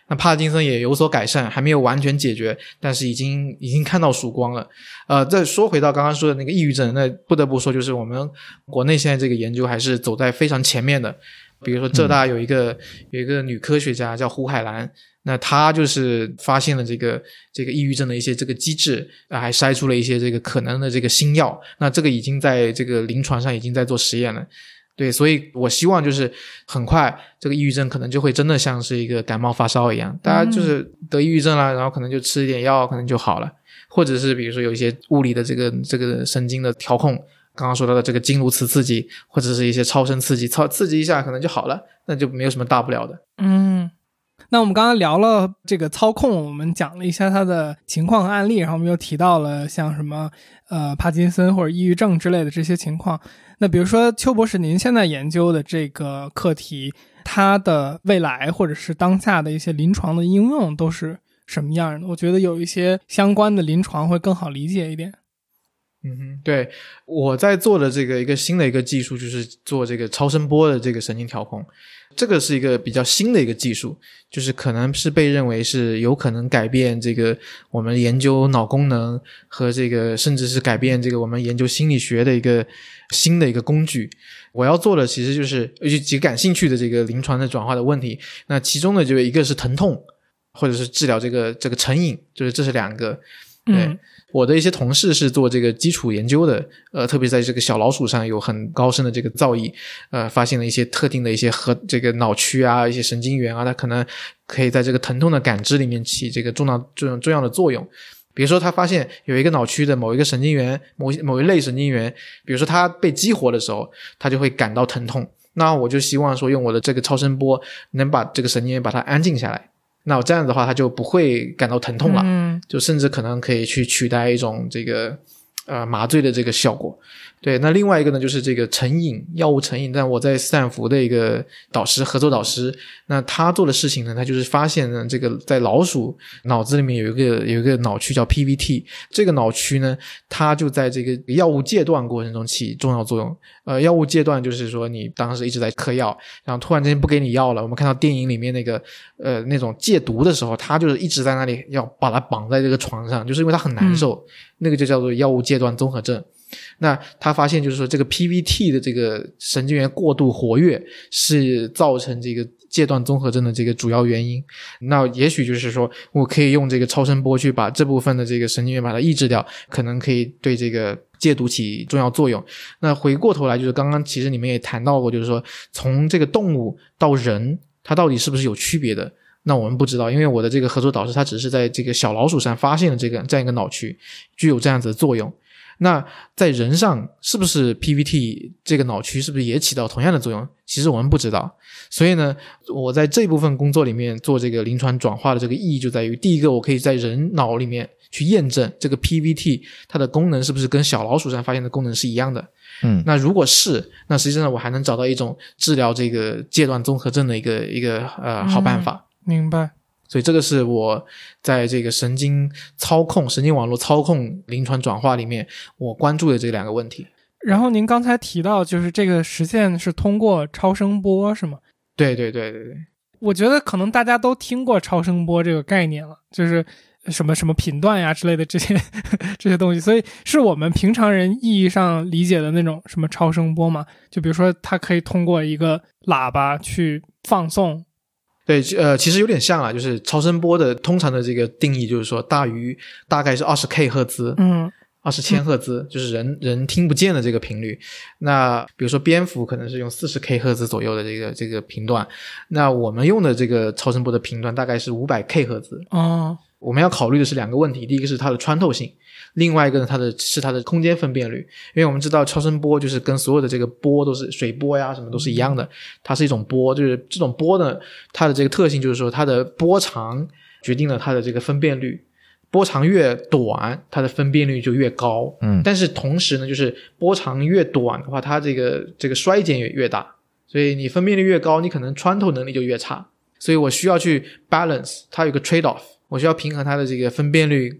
那帕金森也有所改善，还没有完全解决，但是已经看到曙光了。再说回到刚刚说的那个抑郁症，那不得不说就是我们国内现在这个研究还是走在非常前面的。比如说浙大有一个女科学家叫胡海兰，那她就是发现了这个抑郁症的一些这个机制，还筛出了一些这个可能的这个新药，那这个已经在这个临床上已经在做实验了。对，所以我希望就是很快这个抑郁症可能就会真的像是一个感冒发烧一样，大家就是得抑郁症了，然后可能就吃一点药可能就好了，或者是比如说有一些物理的这个神经的调控，刚刚说到的这个经颅磁刺激，或者是一些超声刺激，刺激一下可能就好了，那就没有什么大不了的。 那我们刚刚聊了这个操控，我们讲了一下它的情况和案例，然后我们又提到了像什么帕金森或者抑郁症之类的这些情况。那比如说邱博士您现在研究的这个课题，它的未来或者是当下的一些临床的应用都是什么样的？我觉得有一些相关的临床会更好理解一点。 对，我在做的这个一个新的一个技术就是做这个超声波的这个神经调控，这个是一个比较新的一个技术，就是可能是被认为是有可能改变这个我们研究脑功能和这个甚至是改变这个我们研究心理学的一个新的一个工具。我要做的其实就是几个感兴趣的这个临床的转化的问题，那其中的就一个是疼痛，或者是治疗这个成瘾，就是这是两个。对，我的一些同事是做这个基础研究的，特别在这个小老鼠上有很高深的这个造诣，发现了一些特定的一些和这个脑区啊，一些神经元啊，它可能可以在这个疼痛的感知里面起这个重要的作用。比如说他发现有一个脑区的某一个神经元，某一类神经元，比如说它被激活的时候，它就会感到疼痛。那我就希望说用我的这个超声波能把这个神经元把它安静下来。那我这样子的话，它就不会感到疼痛了，就甚至可能可以去取代一种这个麻醉的这个效果。对，那另外一个呢，就是这个成瘾，药物成瘾。但我在斯坦福的一个合作导师，那他做的事情呢，他就是发现呢，这个在老鼠脑子里面有一个脑区叫 PVT， 这个脑区呢，它就在这个药物戒断过程中起重要作用。药物戒断就是说你当时一直在嗑药，然后突然之间不给你药了。我们看到电影里面那种戒毒的时候，他就是一直在那里要把它绑在这个床上，就是因为他很难受，那个就叫做药物戒断综合症。那他发现就是说这个 PVT 的这个神经元过度活跃是造成这个戒断综合症的这个主要原因。那也许就是说我可以用这个超声波去把这部分的这个神经元把它抑制掉，可能可以对这个戒毒起重要作用。那回过头来就是刚刚其实你们也谈到过，就是说从这个动物到人它到底是不是有区别的，那我们不知道，因为我的这个合作导师他只是在这个小老鼠上发现了这样一个脑区具有这样子的作用。那在人上是不是 PVT 这个脑区是不是也起到同样的作用，其实我们不知道。所以呢，我在这部分工作里面做这个临床转化的这个意义就在于，第一个我可以在人脑里面去验证这个 PVT 它的功能是不是跟小老鼠上发现的功能是一样的。那如果是，那实际上我还能找到一种治疗这个戒断综合症的一个好办法。 明白。 所以这个是我在这个神经网络操控临床转化里面我关注的这两个问题。 然后您刚才提到就是这个实现是通过超声波是吗？ 对。 我觉得可能大家都听过超声波这个概念了，就是什么频段呀之类的这些东西，所以是我们平常人意义上理解的那种什么超声波嘛？就比如说它可以通过一个喇叭去放送。 对，其实有点像啦，就是超声波的通常的这个定义就是说大概是 20K 赫兹，20千赫兹，就是人听不见的这个频率。那比如说蝙蝠可能是用40K 赫兹左右的这个频段，那我们用的这个超声波的频段大概是500K 赫兹。我们要考虑的是两个问题，第一个是它的穿透性，另外一个呢是它的空间分辨率。因为我们知道超声波就是跟所有的这个波都是水波呀什么都是一样的，它是一种波，就是这种波呢它的这个特性就是说它的波长决定了它的这个分辨率，波长越短它的分辨率就越高。但是同时呢就是波长越短的话，它这个衰减也越大，所以你分辨率越高，你可能穿透能力就越差。所以我需要去 balance， 它有个 trade off， 我需要平衡它的这个分辨率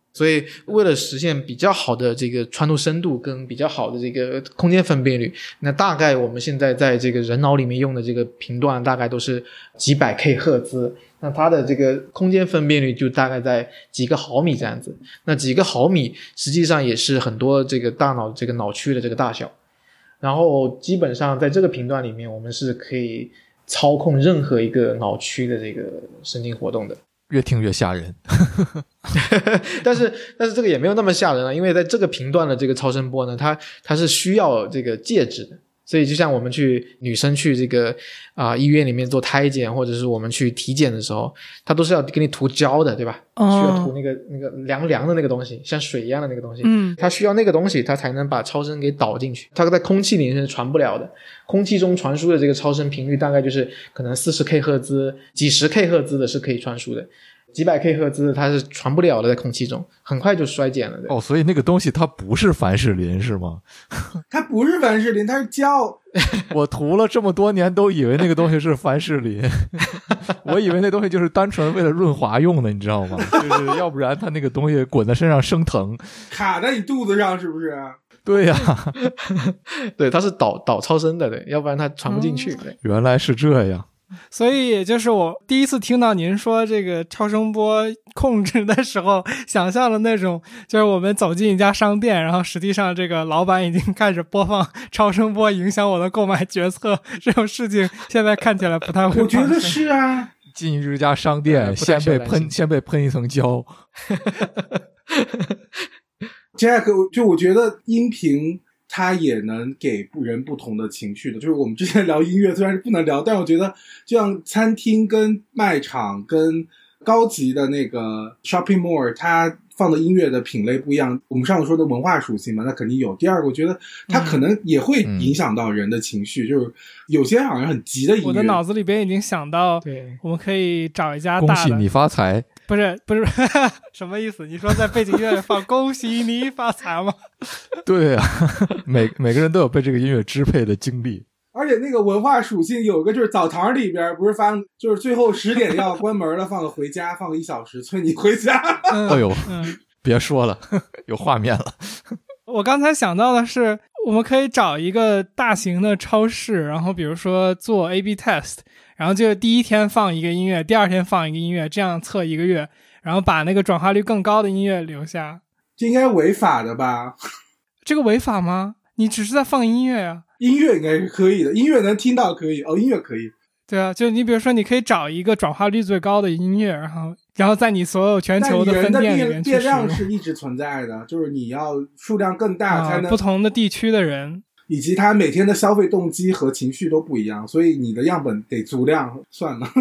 所以为了实现比较好的这个穿透深度跟比较好的这个空间分辨率，那大概我们现在在这个人脑里面用的这个频段大概都是几百 K 赫兹，那它的这个空间分辨率就大概在几个毫米这样子。那几个毫米实际上也是很多这个大脑这个脑区的这个大小。然后基本上在这个频段里面，我们是可以操控任何一个脑区的这个神经活动的。 越听越吓人。 但是这个也没有那么吓人了，因为在这个频段的这个超声波呢，它是需要这个介质的。所以就像我们女生去这个医院里面做胎检，或者是我们去体检的时候，它都是要给你涂胶的，对吧？需要涂那个凉凉的那个东西，像水一样的那个东西。它需要那个东西，它才能把超声给导进去。它在空气里面是传不了的，空气中传输的这个超声频率大概就是可能40K 赫兹、几十 K 赫兹的是可以传输的。几百 K 赫兹它是传不了的，在空气中很快就衰减了的。 哦，所以那个东西它不是凡士林是吗？ 它不是凡士林，它是胶。 我涂了这么多年都以为那个东西是凡士林。我以为那东西就是单纯为了润滑用的，你知道吗？就是要不然它那个东西滚在身上生疼， 卡在你肚子上是不是？ 对呀。 对，它是导超声的，对，要不然它传不进去。对， 原来是这样。 所以也就是我第一次听到您说这个超声波控制的时候，想象的那种就是我们走进一家商店，然后实际上这个老板已经开始播放超声波影响我的购买决策，这种事情现在看起来不太会。 我觉得是啊， 进这家商店先被喷一层胶。 Jack， 就我觉得音频它也能给人不同的情绪的，就是我们之前聊音乐虽然是不能聊，但我觉得就像餐厅跟卖场跟高级的那个 shopping mall 它放的音乐的品类不一样，我们上次说的文化属性嘛，那肯定有。第二个我觉得它可能也会影响到人的情绪，就是有些好像很急的音乐， 我的脑子里边已经想到， 对， 我们可以找一家大的， 恭喜你发财。 不是什么意思？你说在背景音乐里放恭喜你发财吗？ 对啊，每个人都有被这个音乐支配的经历。 而且那个文化属性有个就是澡堂里边不是发就是最后10点要关门了，放个回家，放个1小时催你回家。 哎呦，别说了，有画面了。 我刚才想到的是，我们可以找一个大型的超市，然后比如说做 A/B test， 然后就第一天放一个音乐，第二天放一个音乐，这样测1个月，然后把那个转化率更高的音乐留下。 这应该违法的吧？ 这个违法吗？你只是在放音乐啊。 音乐应该是可以的，音乐能听到可以。哦，音乐可以。 对啊，就你比如说你可以找一个转化率最高的音乐，然后在你所有全球的分店里面去使用。 变量是一直存在的，就是你要数量更大才能， 不同的地区的人以及他每天的消费动机和情绪都不一样，所以你的样本得足量算了。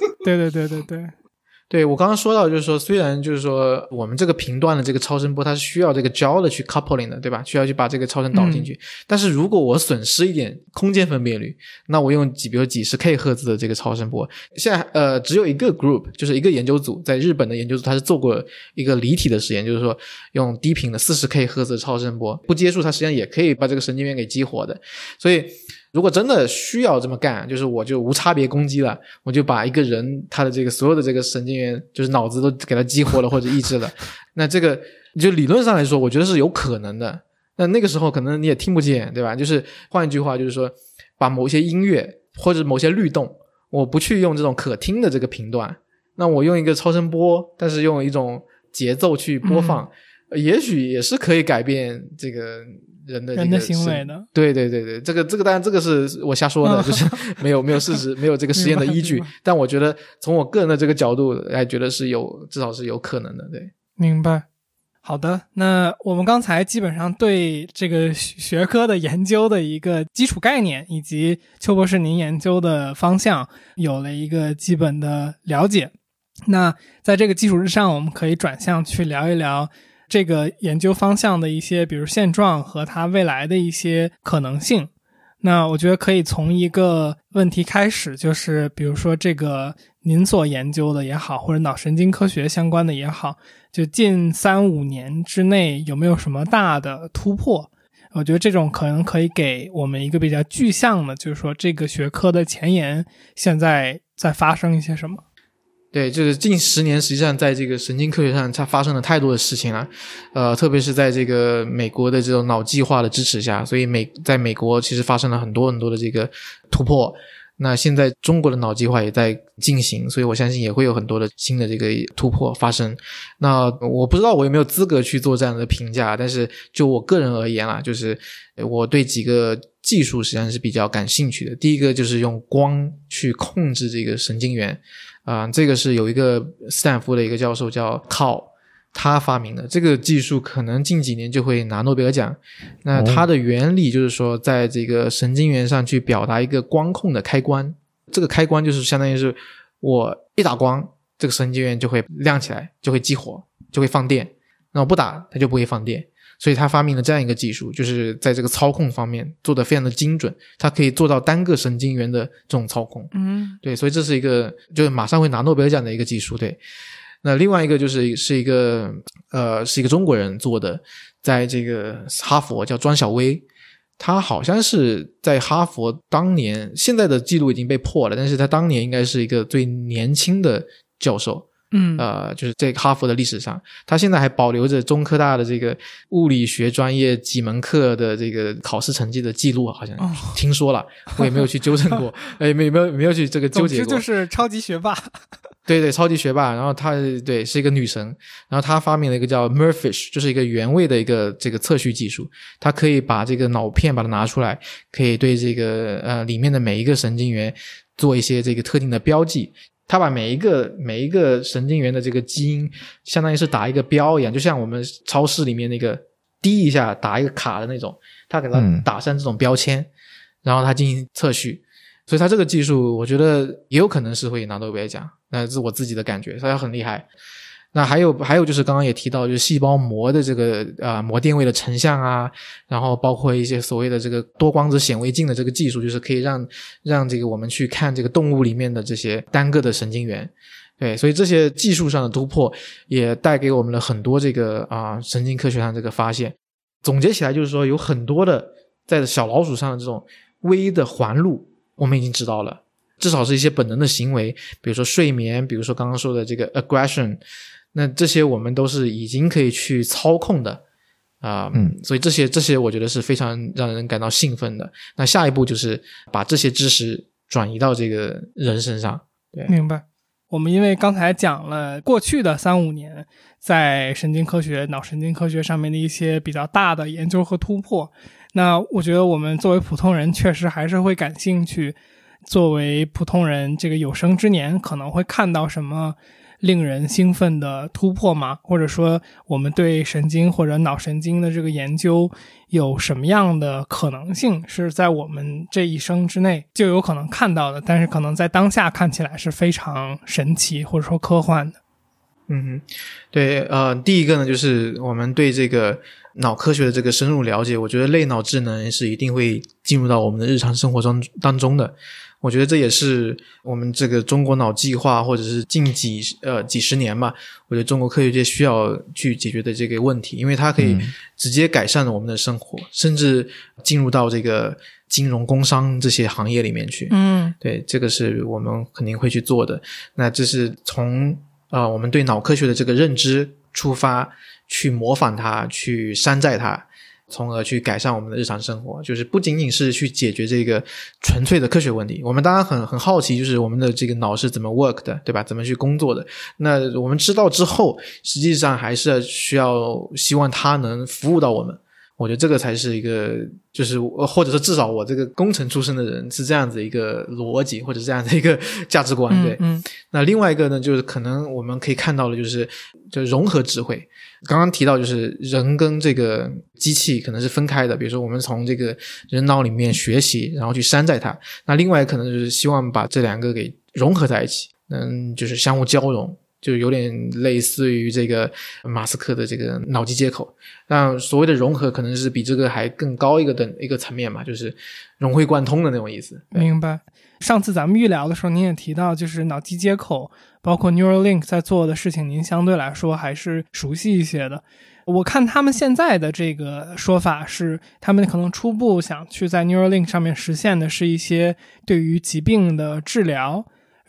对，我刚刚说到就是说，虽然就是说我们这个频段的这个超声波它是需要这个胶的去 coupling 的，对吧？需要去把这个超声导进去。但是如果我损失一点空间分辨率，那我用比如几十 K 赫兹的这个超声波，现在只有一个 group， 就是一个研究组，在日本的研究组，他是做过一个离体的实验，就是说用低频的40 K 赫兹的超声波不接触它，实际上也可以把这个神经元给激活的。所以如果真的需要这么干，就是我就无差别攻击了，我就把一个人他的这个所有的这个神经元就是脑子都给他激活了或者抑制了，那这个就理论上来说我觉得是有可能的。那个时候可能你也听不见，对吧？就是换一句话就是说，把某些音乐或者某些律动，我不去用这种可听的这个频段，那我用一个超声波，但是用一种节奏去播放，也许也是可以改变这个人的行为的。 对，这个当然这个是我瞎说的，就是没有事实，没有这个实验的依据。但我觉得从我个人的这个角度来觉得是至少是有可能的。对， 明白。好的，那我们刚才基本上对这个学科的研究的一个基础概念，以及邱博士您研究的方向有了一个基本的了解。那在这个基础之上，我们可以转向去聊一聊这个研究方向的一些比如现状和它未来的一些可能性。那我觉得可以从一个问题开始，就是比如说这个您所研究的也好，或者脑神经科学相关的也好，就近3-5年之内有没有什么大的突破。我觉得这种可能可以给我们一个比较具象的，就是说这个学科的前沿现在在发生一些什么。 对，就是近10年，实际上在这个神经科学上，它发生了太多的事情了，特别是在这个美国的这种脑计划的支持下，所以在美国其实发生了很多很多的这个突破。那现在中国的脑计划也在进行，所以我相信也会有很多的新的这个突破发生。那我不知道我有没有资格去做这样的评价，但是就我个人而言啦，就是我对几个技术实际上是比较感兴趣的。第一个就是用光去控制这个神经元，这个是有一个斯坦福的一个教授叫靠，他发明的这个技术，可能近几年就会拿诺贝尔奖。那它的原理就是说，在这个神经元上去表达一个光控的开关，这个开关就是相当于是我一打光，这个神经元就会亮起来，就会激活，就会放电。那我不打，它就不会放电。所以他发明了这样一个技术，就是在这个操控方面做得非常的精准，它可以做到单个神经元的这种操控。对，所以这是一个就是马上会拿诺贝尔奖的一个技术。对，那另外一个是一个中国人做的，在这个哈佛叫庄小薇，他好像是在哈佛当年，现在的记录已经被破了，但是他当年应该是一个最年轻的教授。就是在哈佛的历史上，他现在还保留着中科大的这个物理学专业几门课的这个考试成绩的记录，好像听说了，我也没有去纠正过，没有去这个纠结过。 总之就是超级学霸。 对，超级学霸。然后她对是一个女神，然后她发明了一个叫 Murfish， 就是一个原位的一个这个测序技术，它可以把这个脑片把它拿出来，可以对这个里面的每一个神经元做一些这个特定的标记。它把每一个神经元的这个基因相当于是打一个标一样，就像我们超市里面那个滴一下打一个卡的那种，它给它打上这种标签，然后它进行测序。所以它这个技术我觉得也有可能是会拿诺贝尔奖，那是我自己的感觉，它很厉害。那还有就是刚刚也提到，就是细胞膜的这个膜电位的成像啊，然后包括一些所谓的这个多光子显微镜的这个技术，就是可以让这个我们去看这个动物里面的这些单个的神经元。对，所以这些技术上的突破也带给我们了很多这个神经科学上这个发现。总结起来就是说，有很多的在小老鼠上的这种微的环路我们已经知道了，至少是一些本能的行为，比如说睡眠，比如说刚刚说的这个 aggression，那这些我们都是已经可以去操控的所以这些我觉得是非常让人感到兴奋的。那下一步就是把这些知识转移到这个人身上。对， 明白。我们因为刚才讲了过去的3-5年在神经科学、脑神经科学上面的一些比较大的研究和突破，那我觉得我们作为普通人确实还是会感兴趣，作为普通人这个有生之年可能会看到什么令人兴奋的突破吗？或者说我们对神经或者脑神经的这个研究有什么样的可能性是在我们这一生之内就有可能看到的，但是可能在当下看起来是非常神奇或者说科幻的。 对，第一个呢，就是我们对这个脑科学的这个深入了解，我觉得类脑智能是一定会进入到我们的日常生活当中的。我觉得这也是我们这个中国脑计划或者是近几十年吧，我觉得中国科学界需要去解决的这个问题，因为它可以直接改善了我们的生活，甚至进入到这个金融工商这些行业里面去。对，这个是我们肯定会去做的。那这是从我们对脑科学的这个认知出发，去模仿它，去山寨它，从而去改善我们的日常生活，就是不仅仅是去解决这个纯粹的科学问题。我们当然很好奇，就是我们的这个脑是怎么 work 的，对吧？怎么去工作的？那我们知道之后，实际上还是希望它能服务到我们。我觉得这个才是一个，就是或者说至少我这个工程出身的人是这样子一个逻辑，或者这样的一个价值观。对，那另外一个呢，就是可能我们可以看到的就是融合智慧。刚刚提到就是人跟这个机器可能是分开的，比如说我们从这个人脑里面学习，然后去山寨它。那另外可能就是希望把这两个给融合在一起，就是相互交融。就有点类似于这个马斯克的这个脑机接口，那所谓的融合可能是比这个还更高一个层面嘛，就是融会贯通的那种意思。 明白。上次咱们预聊的时候您也提到，就是脑机接口包括 Neuralink 在做的事情您相对来说还是熟悉一些的。我看他们现在的这个说法是，他们可能初步想去在 Neuralink 上面实现的是一些对于疾病的治疗，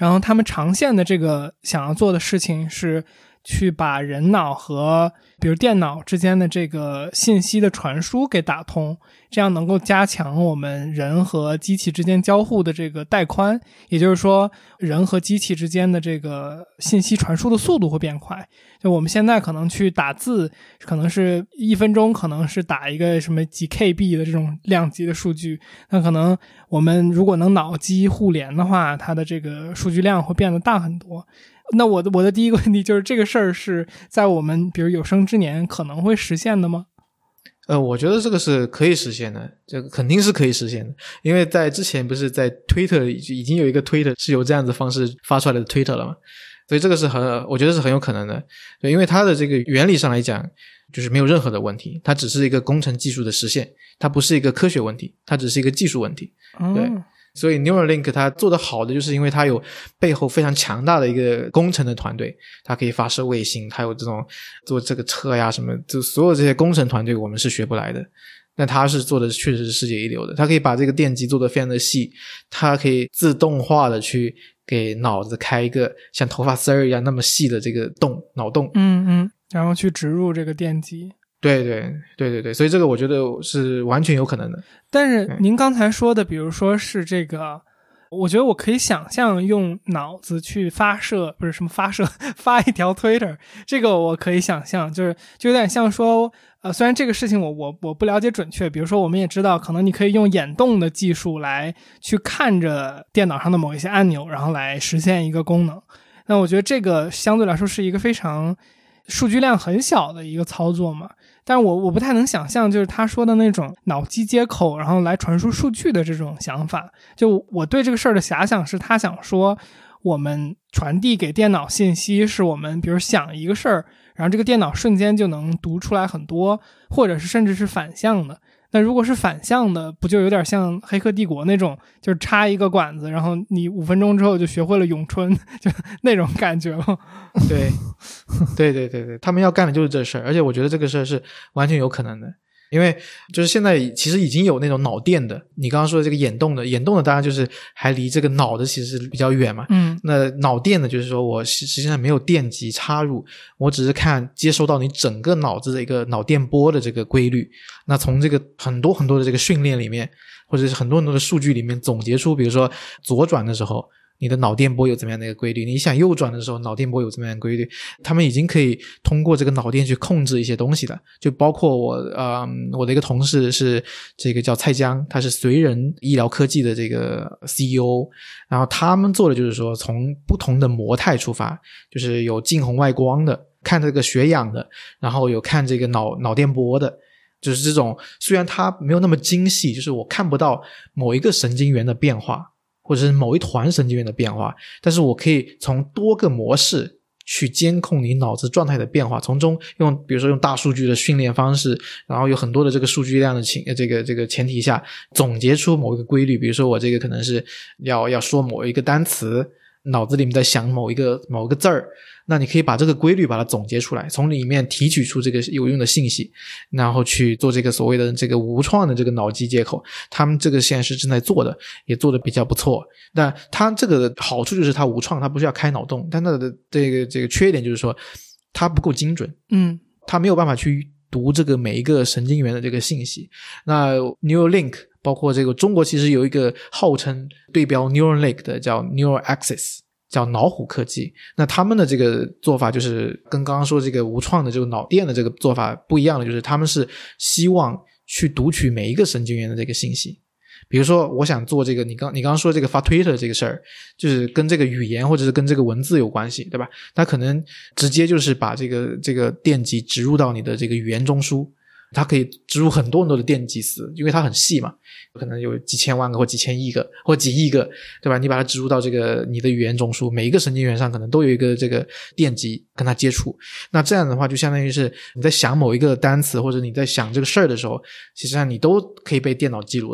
然后他们长线的这个想要做的事情是去把人脑和比如电脑之间的这个信息的传输给打通，这样能够加强我们人和机器之间交互的这个带宽，也就是说人和机器之间的这个信息传输的速度会变快。就我们现在可能去打字，可能是1分钟可能是打一个什么几 KB 的这种量级的数据，那可能我们如果能脑机互联的话，它的这个数据量会变得大很多。那我的第一个问题就是这个事儿是在我们比如有生之年可能会实现的吗？ 我觉得这个是可以实现的，这个肯定是可以实现的，因为在之前不是在 Twitter 已经有一个 Twitter 是有这样子方式发出来的 Twitter 了嘛，所以这个是我觉得是很有可能的。对，因为它的这个原理上来讲就是没有任何的问题，它只是一个工程技术的实现，它不是一个科学问题，它只是一个技术问题。对。所以 Neuralink 它做得好的就是因为它有背后非常强大的一个工程的团队，它可以发射卫星，它有这种做这个车呀什么，就所有这些工程团队我们是学不来的，但它是做的确实是世界一流的。它可以把这个电极做得非常的细，它可以自动化的去给脑子开一个像头发丝儿一样那么细的这个洞，脑洞， 然后去植入这个电极。 对，所以这个我觉得是完全有可能的。 但是您刚才说的比如说是这个，我觉得我可以想象用脑子去发一条 Twitter， 这个我可以想象，就有点像说虽然这个事情我不了解准确，比如说我们也知道可能你可以用眼动的技术来去看着电脑上的某一些按钮，然后来实现一个功能。那我觉得这个相对来说是一个非常数据量很小的一个操作嘛，但是我不太能想象就是他说的那种脑机接口然后来传输数据的这种想法。就我对这个事儿的遐想是他想说我们传递给电脑信息是我们比如想一个事儿，然后这个电脑瞬间就能读出来很多，或者是甚至是反向的。那如果是反向的，不就有点像黑客帝国那种，就是插一个管子，然后你5分钟之后就学会了咏春，就那种感觉吗？ 对，他们要干的就是这事儿，而且我觉得这个事儿是完全有可能的。因为就是现在其实已经有那种脑电的，你刚刚说的这个眼动的当然就是还离这个脑的其实比较远嘛。那脑电的就是说我实际上没有电极插入，我只是接收到你整个脑子的一个脑电波的这个规律，那从这个很多很多的这个训练里面，或者是很多很多的数据里面总结出，比如说左转的时候你的脑电波有怎么样的一个规律，你想右转的时候脑电波有怎么样的规律，他们已经可以通过这个脑电去控制一些东西了。就包括我的一个同事是这个叫蔡江，他是随人医疗科技的这个 CEO， 然后他们做的就是说从不同的模态出发，就是有近红外光的，看这个血氧的，然后有看这个脑电波的，就是这种虽然它没有那么精细，就是我看不到某一个神经元的变化或者是某一团神经元的变化，但是我可以从多个模式去监控你脑子状态的变化，从中比如说用大数据的训练方式，然后有很多的这个数据量的这个前提下总结出某一个规律。比如说我这个可能是要说某一个单词，脑子里面在想某一个字儿，那你可以把这个规律把它总结出来，从里面提取出这个有用的信息，然后去做这个所谓的这个无创的这个脑机接口。他们这个现在是正在做的，也做的比较不错。但它这个好处就是它无创，它不需要开脑洞，但它的这个缺点就是说它不够精准，它没有办法去读这个每一个神经元的这个信息。那 Neuralink包括这个中国其实有一个号称对标 Neuralink 的叫 NeurAxis， 叫脑虎科技。那他们的这个做法就是跟刚刚说这个无创的这个脑电的这个做法不一样的，就是他们是希望去读取每一个神经元的这个信息。比如说我想做这个你刚刚说这个发 Twitter 这个事儿，就是跟这个语言或者是跟这个文字有关系，对吧？它可能直接就是把这个电极植入到你的这个语言中枢，它可以植入很多很多的电极丝，因为它很细嘛，可能有几千万个或几千亿个或几亿个，对吧？你把它植入到这个你的语言中枢，每一个神经元上可能都有一个这个电极跟它接触。那这样的话就相当于是你在想某一个单词或者你在想这个事儿的时候，实际上你都可以被电脑记录到。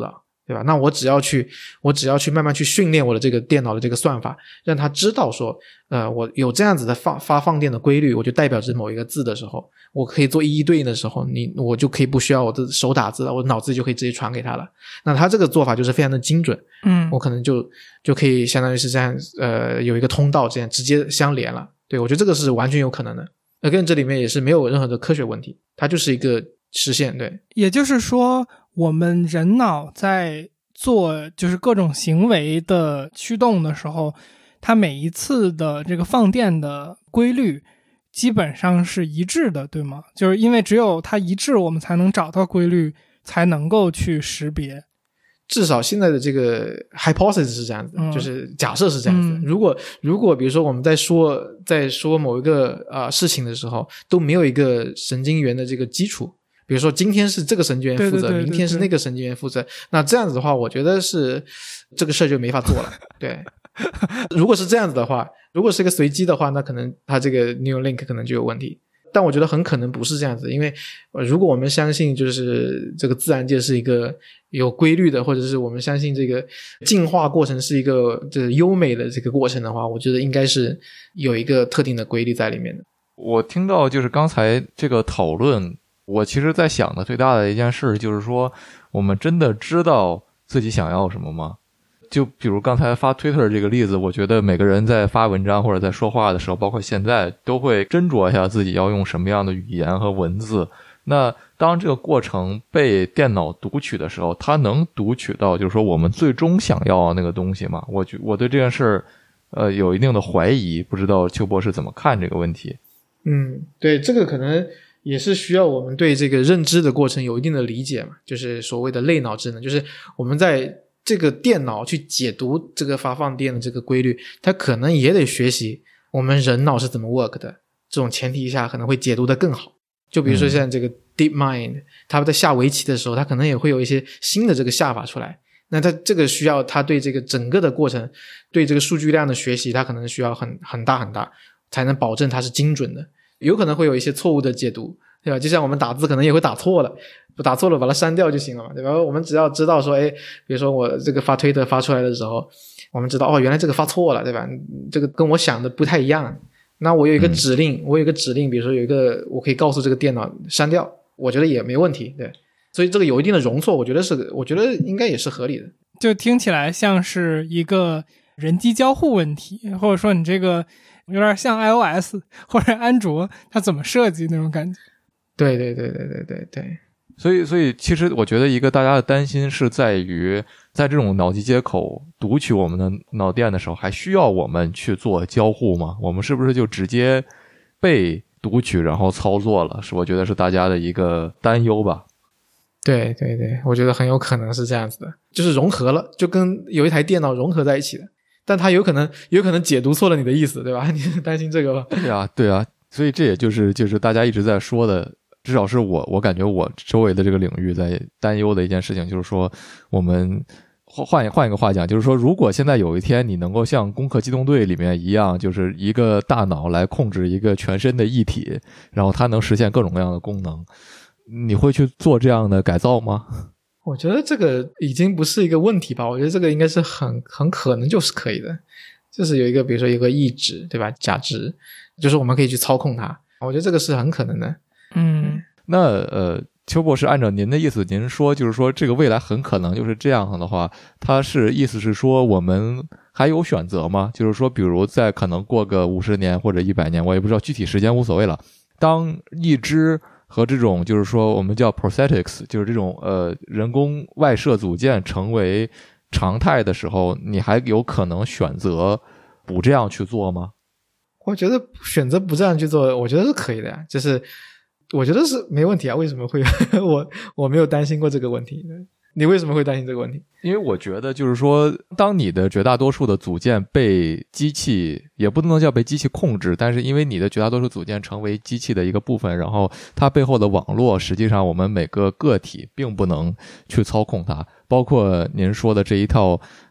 对吧？那我只要去慢慢去训练我的这个电脑的这个算法，让它知道说我有这样子的发放电的规律，我就代表着某一个字的时候，我可以做一一对应的时候，我就可以不需要我的手打字了，我脑子就可以直接传给他了。那他这个做法就是非常的精准，我可能就可以相当于是这样有一个通道这样直接相连了。对，我觉得这个是完全有可能的。Again， 这里面也是没有任何的科学问题，它就是一个实现。对， 也就是说我们人脑在做就是各种行为的驱动的时候，它每一次的这个放电的规律基本上是一致的，对吗？就是因为只有它一致，我们才能找到规律，才能够去识别。 至少现在的这个 hypothesis 是这样子，就是假设是这样子。如果比如说我们在说某一个事情的时候，都没有一个神经元的这个基础，比如说今天是这个神经元负责，明天是那个神经元负责，那这样子的话，我觉得是这个事儿就没法做了。对，如果是这样子的话，如果是一个随机的话，那可能它这个 Neuralink 可能就有问题。但我觉得很可能不是这样子，因为如果我们相信就是这个自然界是一个有规律的，或者是我们相信这个进化过程是一个这优美的这个过程的话，我觉得应该是有一个特定的规律在里面的。 我听到就是刚才这个讨论，我其实在想的最大的一件事就是说，我们真的知道自己想要什么吗？就比如刚才发 Twitter 这个例子，我觉得每个人在发文章或者在说话的时候，包括现在都会斟酌一下自己要用什么样的语言和文字。那当这个过程被电脑读取的时候，它能读取到就是说我们最终想要的那个东西吗？我对这件事有一定的怀疑，不知道邱博士怎么看这个问题。 对，这个可能也是需要我们对这个认知的过程有一定的理解嘛，就是所谓的类脑智能，就是我们在这个电脑去解读这个发放电的这个规律，它可能也得学习我们人脑是怎么 work 的，这种前提下可能会解读得更好。就比如说像这个 DeepMind，他在下围棋的时候，他可能也会有一些新的这个下法出来，那他这个需要他对这个整个的过程，对这个数据量的学习，他可能需要很大很大，才能保证它是精准的。有可能会有一些错误的解读，对吧？就像我们打字可能也会打错了，不打错了把它删掉就行了嘛，对吧？我们只要知道说，比如说我这个发推特发出来的时候，我们知道原来这个发错了，对吧？这个跟我想的不太一样。那我有一个指令，比如说我可以告诉这个电脑删掉，我觉得也没问题，对。所以这个有一定的容错，我觉得应该也是合理的。就听起来像是一个人机交互问题，或者说你这个有点像 iOS 或者安卓它怎么设计那种感觉。 对。 所以其实我觉得一个大家的担心是在于，在这种脑机接口读取我们的脑电的时候，还需要我们去做交互吗？我们是不是就直接被读取然后操作了？我觉得是大家的一个担忧吧。 对，我觉得很有可能是这样子的，就是融合了，就跟有一台电脑融合在一起的，但它有可能解读错了你的意思，对吧？你担心这个吧？ 对啊，所以这也就是大家一直在说的，至少是我感觉我周围的这个领域在担忧的一件事情，就是说我们换一个话讲，就是说如果现在有一天你能够像《攻壳机动队》里面一样，就是一个大脑来控制一个全身的一体，然后它能实现各种各样的功能，你会去做这样的改造吗？ 我觉得这个已经不是一个问题吧，我觉得这个应该是很可能就是可以的，就是有一个比如说有个意志，对吧？假肢，就是我们可以去操控它，我觉得这个是很可能的。 那邱博士，按照您的意思，您说就是说这个未来很可能就是这样的话，它是意思是说我们还有选择吗？就是说比如在可能过个50年或者100年，我也不知道具体时间，无所谓了，当一只和这种就是说我们叫 prosthetics， 就是这种人工外设组件成为常态的时候，你还有可能选择不这样去做吗？ 我觉得选择不这样去做，我觉得是可以的呀，就是我觉得是没问题啊。为什么会我没有担心过这个问题？你为什么会担心这个问题？ 因为我觉得就是说，当你的绝大多数的组件被机器，也不能叫被机器控制，但是因为你的绝大多数组件成为机器的一个部分，然后它背后的网络，实际上我们每个个体并不能去操控它，包括您说的这一套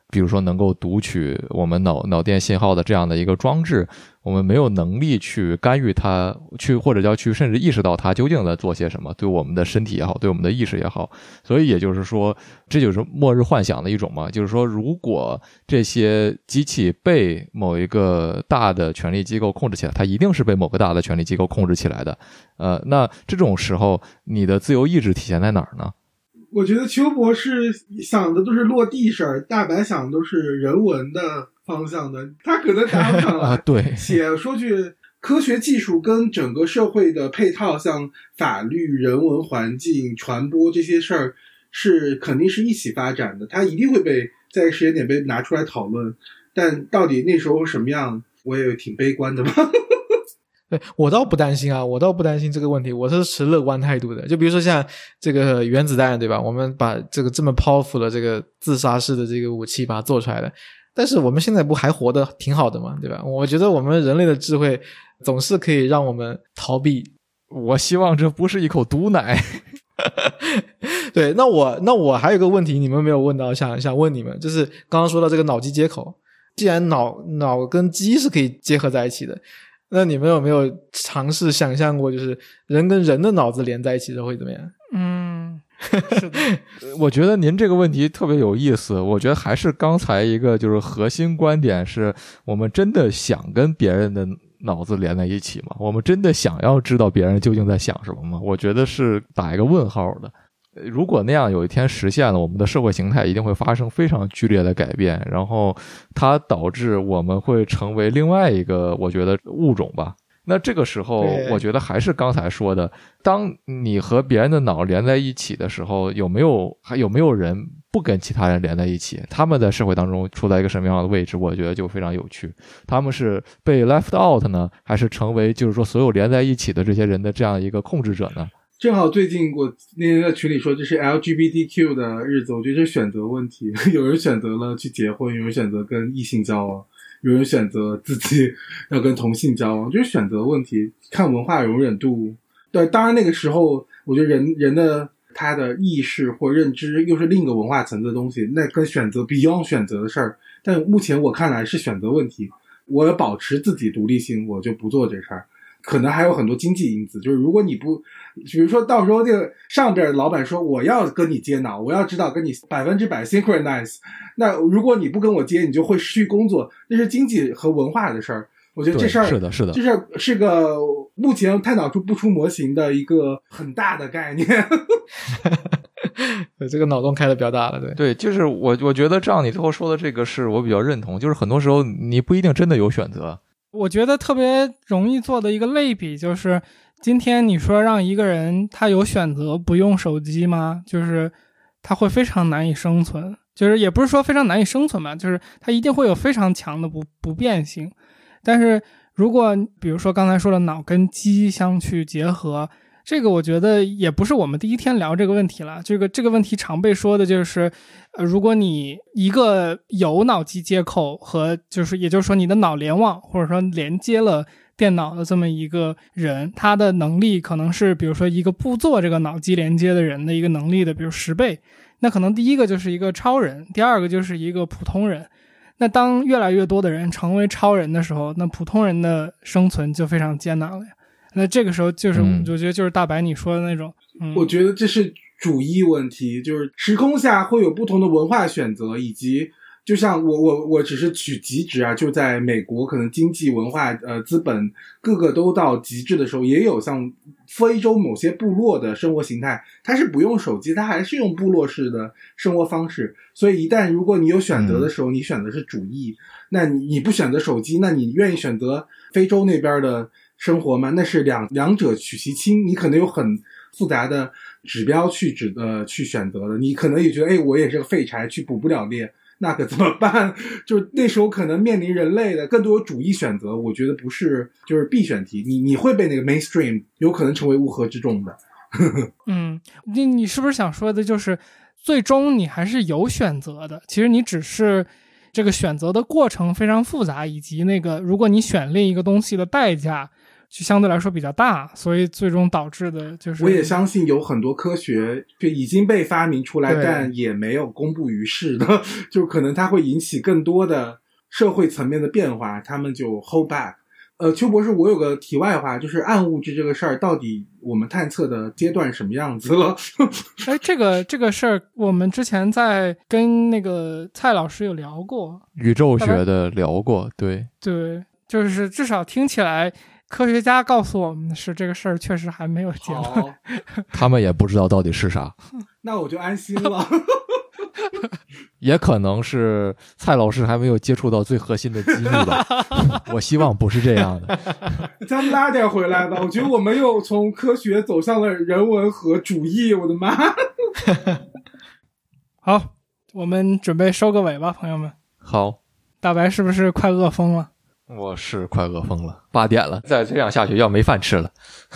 比如说能够读取我们脑电信号的这样的一个装置，我们没有能力去干预它，或者叫去甚至意识到它究竟在做些什么，对我们的身体也好，对我们的意识也好。所以也就是说，这就是末日幻想的一种嘛，就是说如果这些机器被某一个大的权力机构控制起来，它一定是被某个大的权力机构控制起来的。那这种时候你的自由意志体现在哪儿呢？ 我觉得邱博士想的都是落地事儿，大白想的都是人文的方向的，他可能答不上来。 对， 写说句科学技术跟整个社会的配套，像法律、人文环境、传播这些事儿，是肯定是一起发展的，它一定会被在时间点被拿出来讨论。但到底那时候什么样，我也挺悲观的吧。 对，我倒不担心啊，我倒不担心这个问题，我是持乐观态度的。就比如说像这个原子弹，对吧？我们把这个这么 powerful 的这个自杀式的这个武器把它做出来了，但是我们现在不还活得挺好的嘛，对吧？我觉得我们人类的智慧总是可以让我们逃避。 我希望这不是一口毒奶。 对，那我还有个问题你们没有问到，想问你们，就是刚刚说到这个脑机接口，既然脑跟机是可以结合在一起的，那你们有没有尝试想象过，就是人跟人的脑子连在一起的会怎么样？ 是的。 我觉得您这个问题特别有意思，我觉得还是刚才一个就是核心观点是，我们真的想跟别人的脑子连在一起吗？我们真的想要知道别人究竟在想什么吗？我觉得是打一个问号的。如果那样有一天实现了，我们的社会形态一定会发生非常剧烈的改变，然后它导致我们会成为另外一个我觉得物种吧。那这个时候我觉得还是刚才说的，当你和别人的脑连在一起的时候，有没有人不跟其他人连在一起，他们在社会当中处在一个什么样的位置，我觉得就非常有趣。他们是被 left out 呢，还是成为就是说所有连在一起的这些人的这样一个控制者呢？ 正好最近我那天在群里说这是 LGBTQ 的日子，我觉得这是选择问题。有人选择了去结婚，有人选择跟异性交往，有人选择自己要跟同性交往，就是选择问题，看文化容忍度。对，当然那个时候我觉得人的他的意识或认知又是另一个文化层次的东西，那跟选择 beyond 选择的事儿。但目前我看来是选择问题，我要保持自己独立性，我就不做这事儿。可能还有很多经济因子，就是如果你不，比如说到时候这个上边老板说我要跟你接脑，我要知道跟你100% synchronize， 那如果你不跟我接，你就会失去工作，这是经济和文化的事儿。我觉得这事儿是的， 就是是个目前探讨不出模型的一个很大的概念。 这个脑洞开的比较大了， 对，就是我觉得照你最后说的这个是我比较认同，就是很多时候你不一定真的有选择。 我觉得特别容易做的一个类比就是，今天你说让一个人他有选择不用手机吗？就是他会非常难以生存，就是也不是说非常难以生存吧，就是他一定会有非常强的不变性。但是如果比如说刚才说的脑跟机相去结合，这个我觉得也不是我们第一天聊这个问题了。这个问题常被说的就是，如果你一个有脑机接口和也就是说你的脑联网或者说连接了电脑的这么一个人，他的能力可能是比如说一个不做这个脑机连接的人的一个能力的比如10倍，那可能第一个就是一个超人，第二个就是一个普通人。那当越来越多的人成为超人的时候，那普通人的生存就非常艰难了呀。那这个时候就是我觉得就是大白你说的那种， 我觉得这是主义问题，就是时空下会有不同的文化选择，以及就像我只是取极致啊，就在美国可能经济文化资本各个都到极致的时候，也有像非洲某些部落的生活形态，它是不用手机，它还是用部落式的生活方式。所以一旦如果你有选择的时候，你选择是主义，那你不选择手机，那你愿意选择非洲那边的生活吗？那是两者取其轻，你可能有很复杂的指标去选择的。你可能也觉得我也是个废柴，去捕不了猎，那可怎么办？就是那时候可能面临人类的更多主义选择，我觉得不是就是必选题，你会被那个 mainstream 有可能成为乌合之众的。 你是不是想说的就是最终你还是有选择的，其实你只是这个选择的过程非常复杂，以及那个如果你选另一个东西的代价就相对来说比较大，所以最终导致的就是我也相信有很多科学就已经被发明出来，但也没有公布于世的，就可能它会引起更多的社会层面的变化，他们就 hold back。邱博士，我有个题外话，就是暗物质这个事儿，到底我们探测的阶段什么样子了？ 哎，这个事儿，我们之前在跟那个蔡老师有聊过， 宇宙学的聊过，对， 就是至少听起来，科学家告诉我们的是这个事儿确实还没有结论， 他们也不知道到底是啥。 那我就安心了。 也可能是蔡老师还没有接触到最核心的机密吧。我希望不是这样的。 咱们拉点回来吧，我觉得我们又从科学走向了人文和主义，我的妈。 好，我们准备收个尾吧，朋友们。 好， 大白是不是快饿疯了？ 我是快饿疯了，8点了，再这样下去要没饭吃了。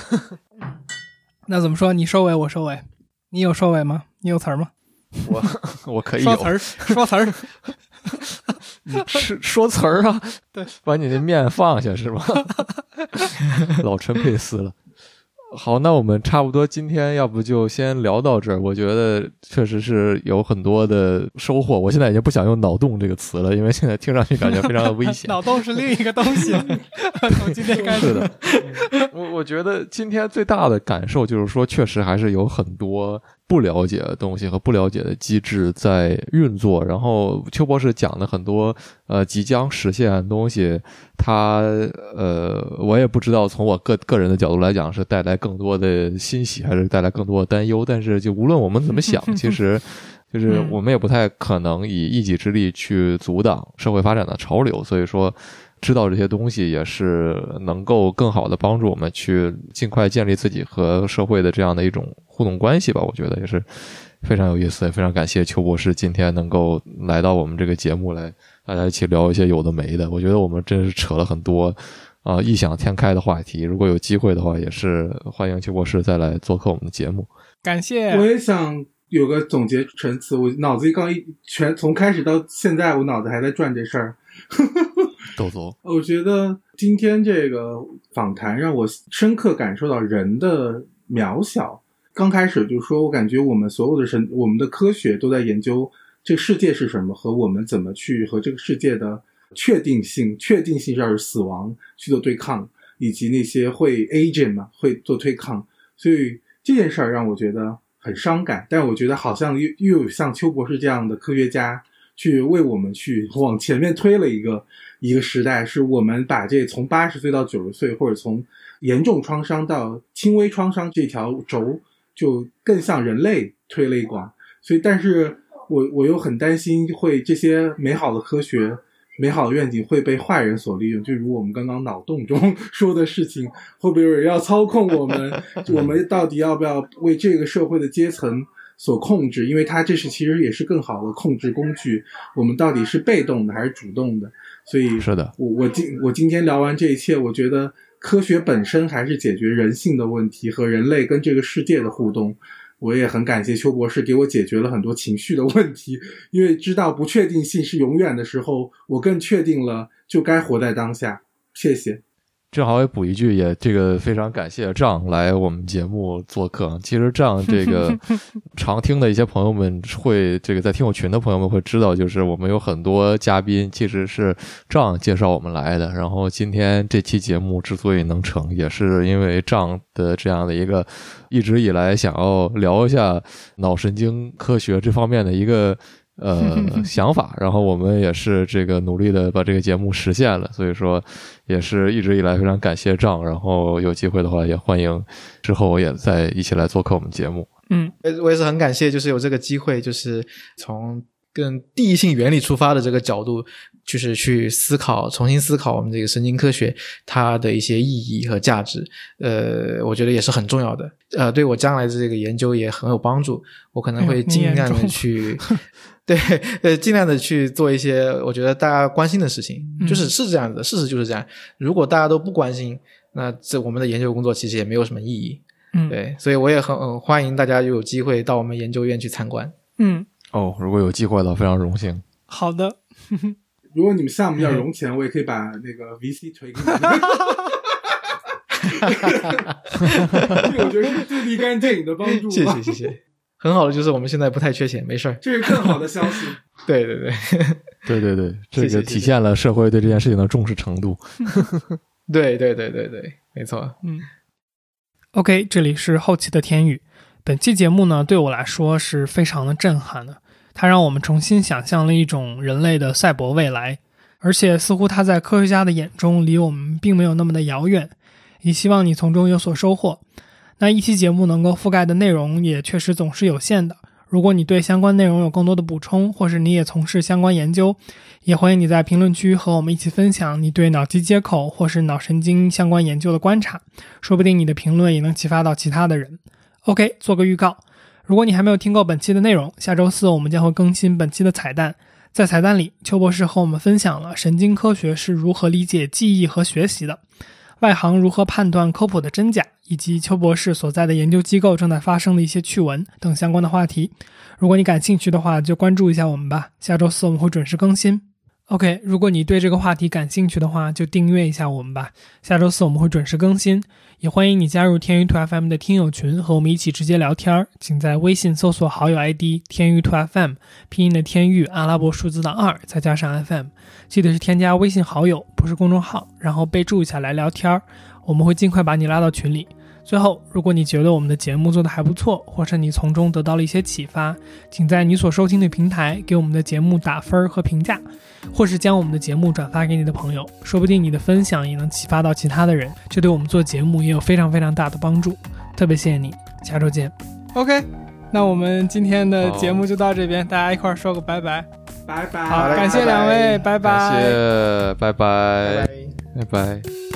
那怎么说？你收尾，我收尾。你有收尾吗？你有词儿吗？ 我可以有说词儿你说词儿啊？对，把你的面放下是吗？老陈佩斯了。好，那我们差不多今天要不就先聊到这儿。我觉得确实是有很多的收获。我现在已经不想用脑洞这个词了，因为现在听上去感觉非常的危险。 脑洞是另一个东西。从今天开始。 是的。我觉得今天最大的感受就是说，确实还是有很多不了解的东西和不了解的机制在运作。然后邱博士讲的很多即将实现的东西，他我也不知道从我个人的角度来讲是带来更多的欣喜还是带来更多的担忧，但是就无论我们怎么想，其实就是我们也不太可能以一己之力去阻挡社会发展的潮流，所以说知道这些东西也是能够更好的帮助我们去尽快建立自己和社会的这样的一种互动关系吧。我觉得也是非常有意思，也非常感谢邱博士今天能够来到我们这个节目来大家一起聊一些有的没的。我觉得我们真是扯了很多异想天开的话题，如果有机会的话也是欢迎邱博士再来做客我们的节目。 感谢。 我也想有个总结陈词，我脑子刚全从开始到现在我脑子还在转这事儿。 豆走。 我觉得今天这个访谈让我深刻感受到人的渺小。刚开始就说我感觉我们所有的我们的科学都在研究这个世界是什么和我们怎么去和这个世界的确定性是死亡去做对抗，以及那些会 agent 嘛会做对抗，所以这件事儿让我觉得很伤感。但我觉得好像又有像邱博士这样的科学家去为我们去往前面推了一个时代，是我们把这从80岁到90岁，或者从严重创伤到轻微创伤这条轴就更向人类推了一广。所以但是我又很担心会这些美好的科学美好的愿景会被坏人所利用，就如我们刚刚脑洞中说的事情，会不会有人要操控我们我们到底要不要为这个社会的阶层所控制，因为它这是其实也是更好的控制工具，我们到底是被动的还是主动的。所以是的， 我今天聊完这一切，我觉得科学本身还是解决人性的问题和人类跟这个世界的互动。我也很感谢邱博士给我解决了很多情绪的问题，因为知道不确定性是永远的时候，我更确定了就该活在当下。谢谢。 正好也补一句，也这个非常感谢张来我们节目做客。其实张这个常听的一些朋友们会，这个在听友群的朋友们会知道，就是我们有很多嘉宾其实是张介绍我们来的。然后今天这期节目之所以能成，也是因为张的这样的一个一直以来想要聊一下脑神经科学这方面的一个想法，然后我们也是这个努力的把这个节目实现了，所以说也是一直以来非常感谢张，然后有机会的话也欢迎之后我也再一起来做客我们节目。 我也是很感谢就是有这个机会，就是从更第一性原理出发的这个角度，就是去重新思考我们这个神经科学它的一些意义和价值，我觉得也是很重要的，对我将来的这个研究也很有帮助。我可能会尽量的去对，尽量的去做一些我觉得大家关心的事情，是这样的，事实就是这样。如果大家都不关心，那我们的研究工作其实也没有什么意义。对，所以我也很欢迎大家有机会到我们研究院去参观。 如果有机会的非常荣幸。 好的。 如果你们项目要融钱，我也可以把那个 VC 推给你们。 我觉得是对立竿见影的帮助。 谢谢。很好的，就是我们现在不太缺钱，没事儿。 这是更好的消息。 对， 对，这个体现了社会对这件事情的重视程度。 对，没错。 OK， 这里是后期的天宇。本期节目呢，对我来说是非常的震撼的，它让我们重新想象了一种人类的赛博未来，而且似乎它在科学家的眼中离我们并没有那么的遥远，也希望你从中有所收获。那一期节目能够覆盖的内容也确实总是有限的，如果你对相关内容有更多的补充，或是你也从事相关研究，也欢迎你在评论区和我们一起分享你对脑机接口或是脑神经相关研究的观察，说不定你的评论也能启发到其他的人。OK， 做个预告，如果你还没有听够本期的内容，下周四我们将会更新本期的彩蛋。在彩蛋里，邱博士和我们分享了神经科学是如何理解记忆和学习的，外行如何判断科普的真假，以及邱博士所在的研究机构正在发生的一些趣闻等相关的话题。如果你感兴趣的话，就关注一下我们吧，下周四我们会准时更新。OK， 如果你对这个话题感兴趣的话，就订阅一下我们吧，下周四我们会准时更新。也欢迎你加入天娱 2FM 的听友群，和我们一起直接聊天，请在微信搜索好友 ID 天娱 2FM， 拼音的天娱，阿拉伯数字的2，再加上 FM， 记得是添加微信好友，不是公众号，然后备注一下来聊天，我们会尽快把你拉到群里。最后，如果你觉得我们的节目做得还不错，或是你从中得到了一些启发，请在你所收听的平台给我们的节目打分和评价，或是将我们的节目转发给你的朋友，说不定你的分享也能启发到其他的人，这对我们做节目也有非常非常大的帮助。特别谢谢你，下周见。OK， 那我们今天的节目就到这边，大家一块儿说个拜拜。 拜拜。 好，感谢两位，拜拜。 感谢，拜拜。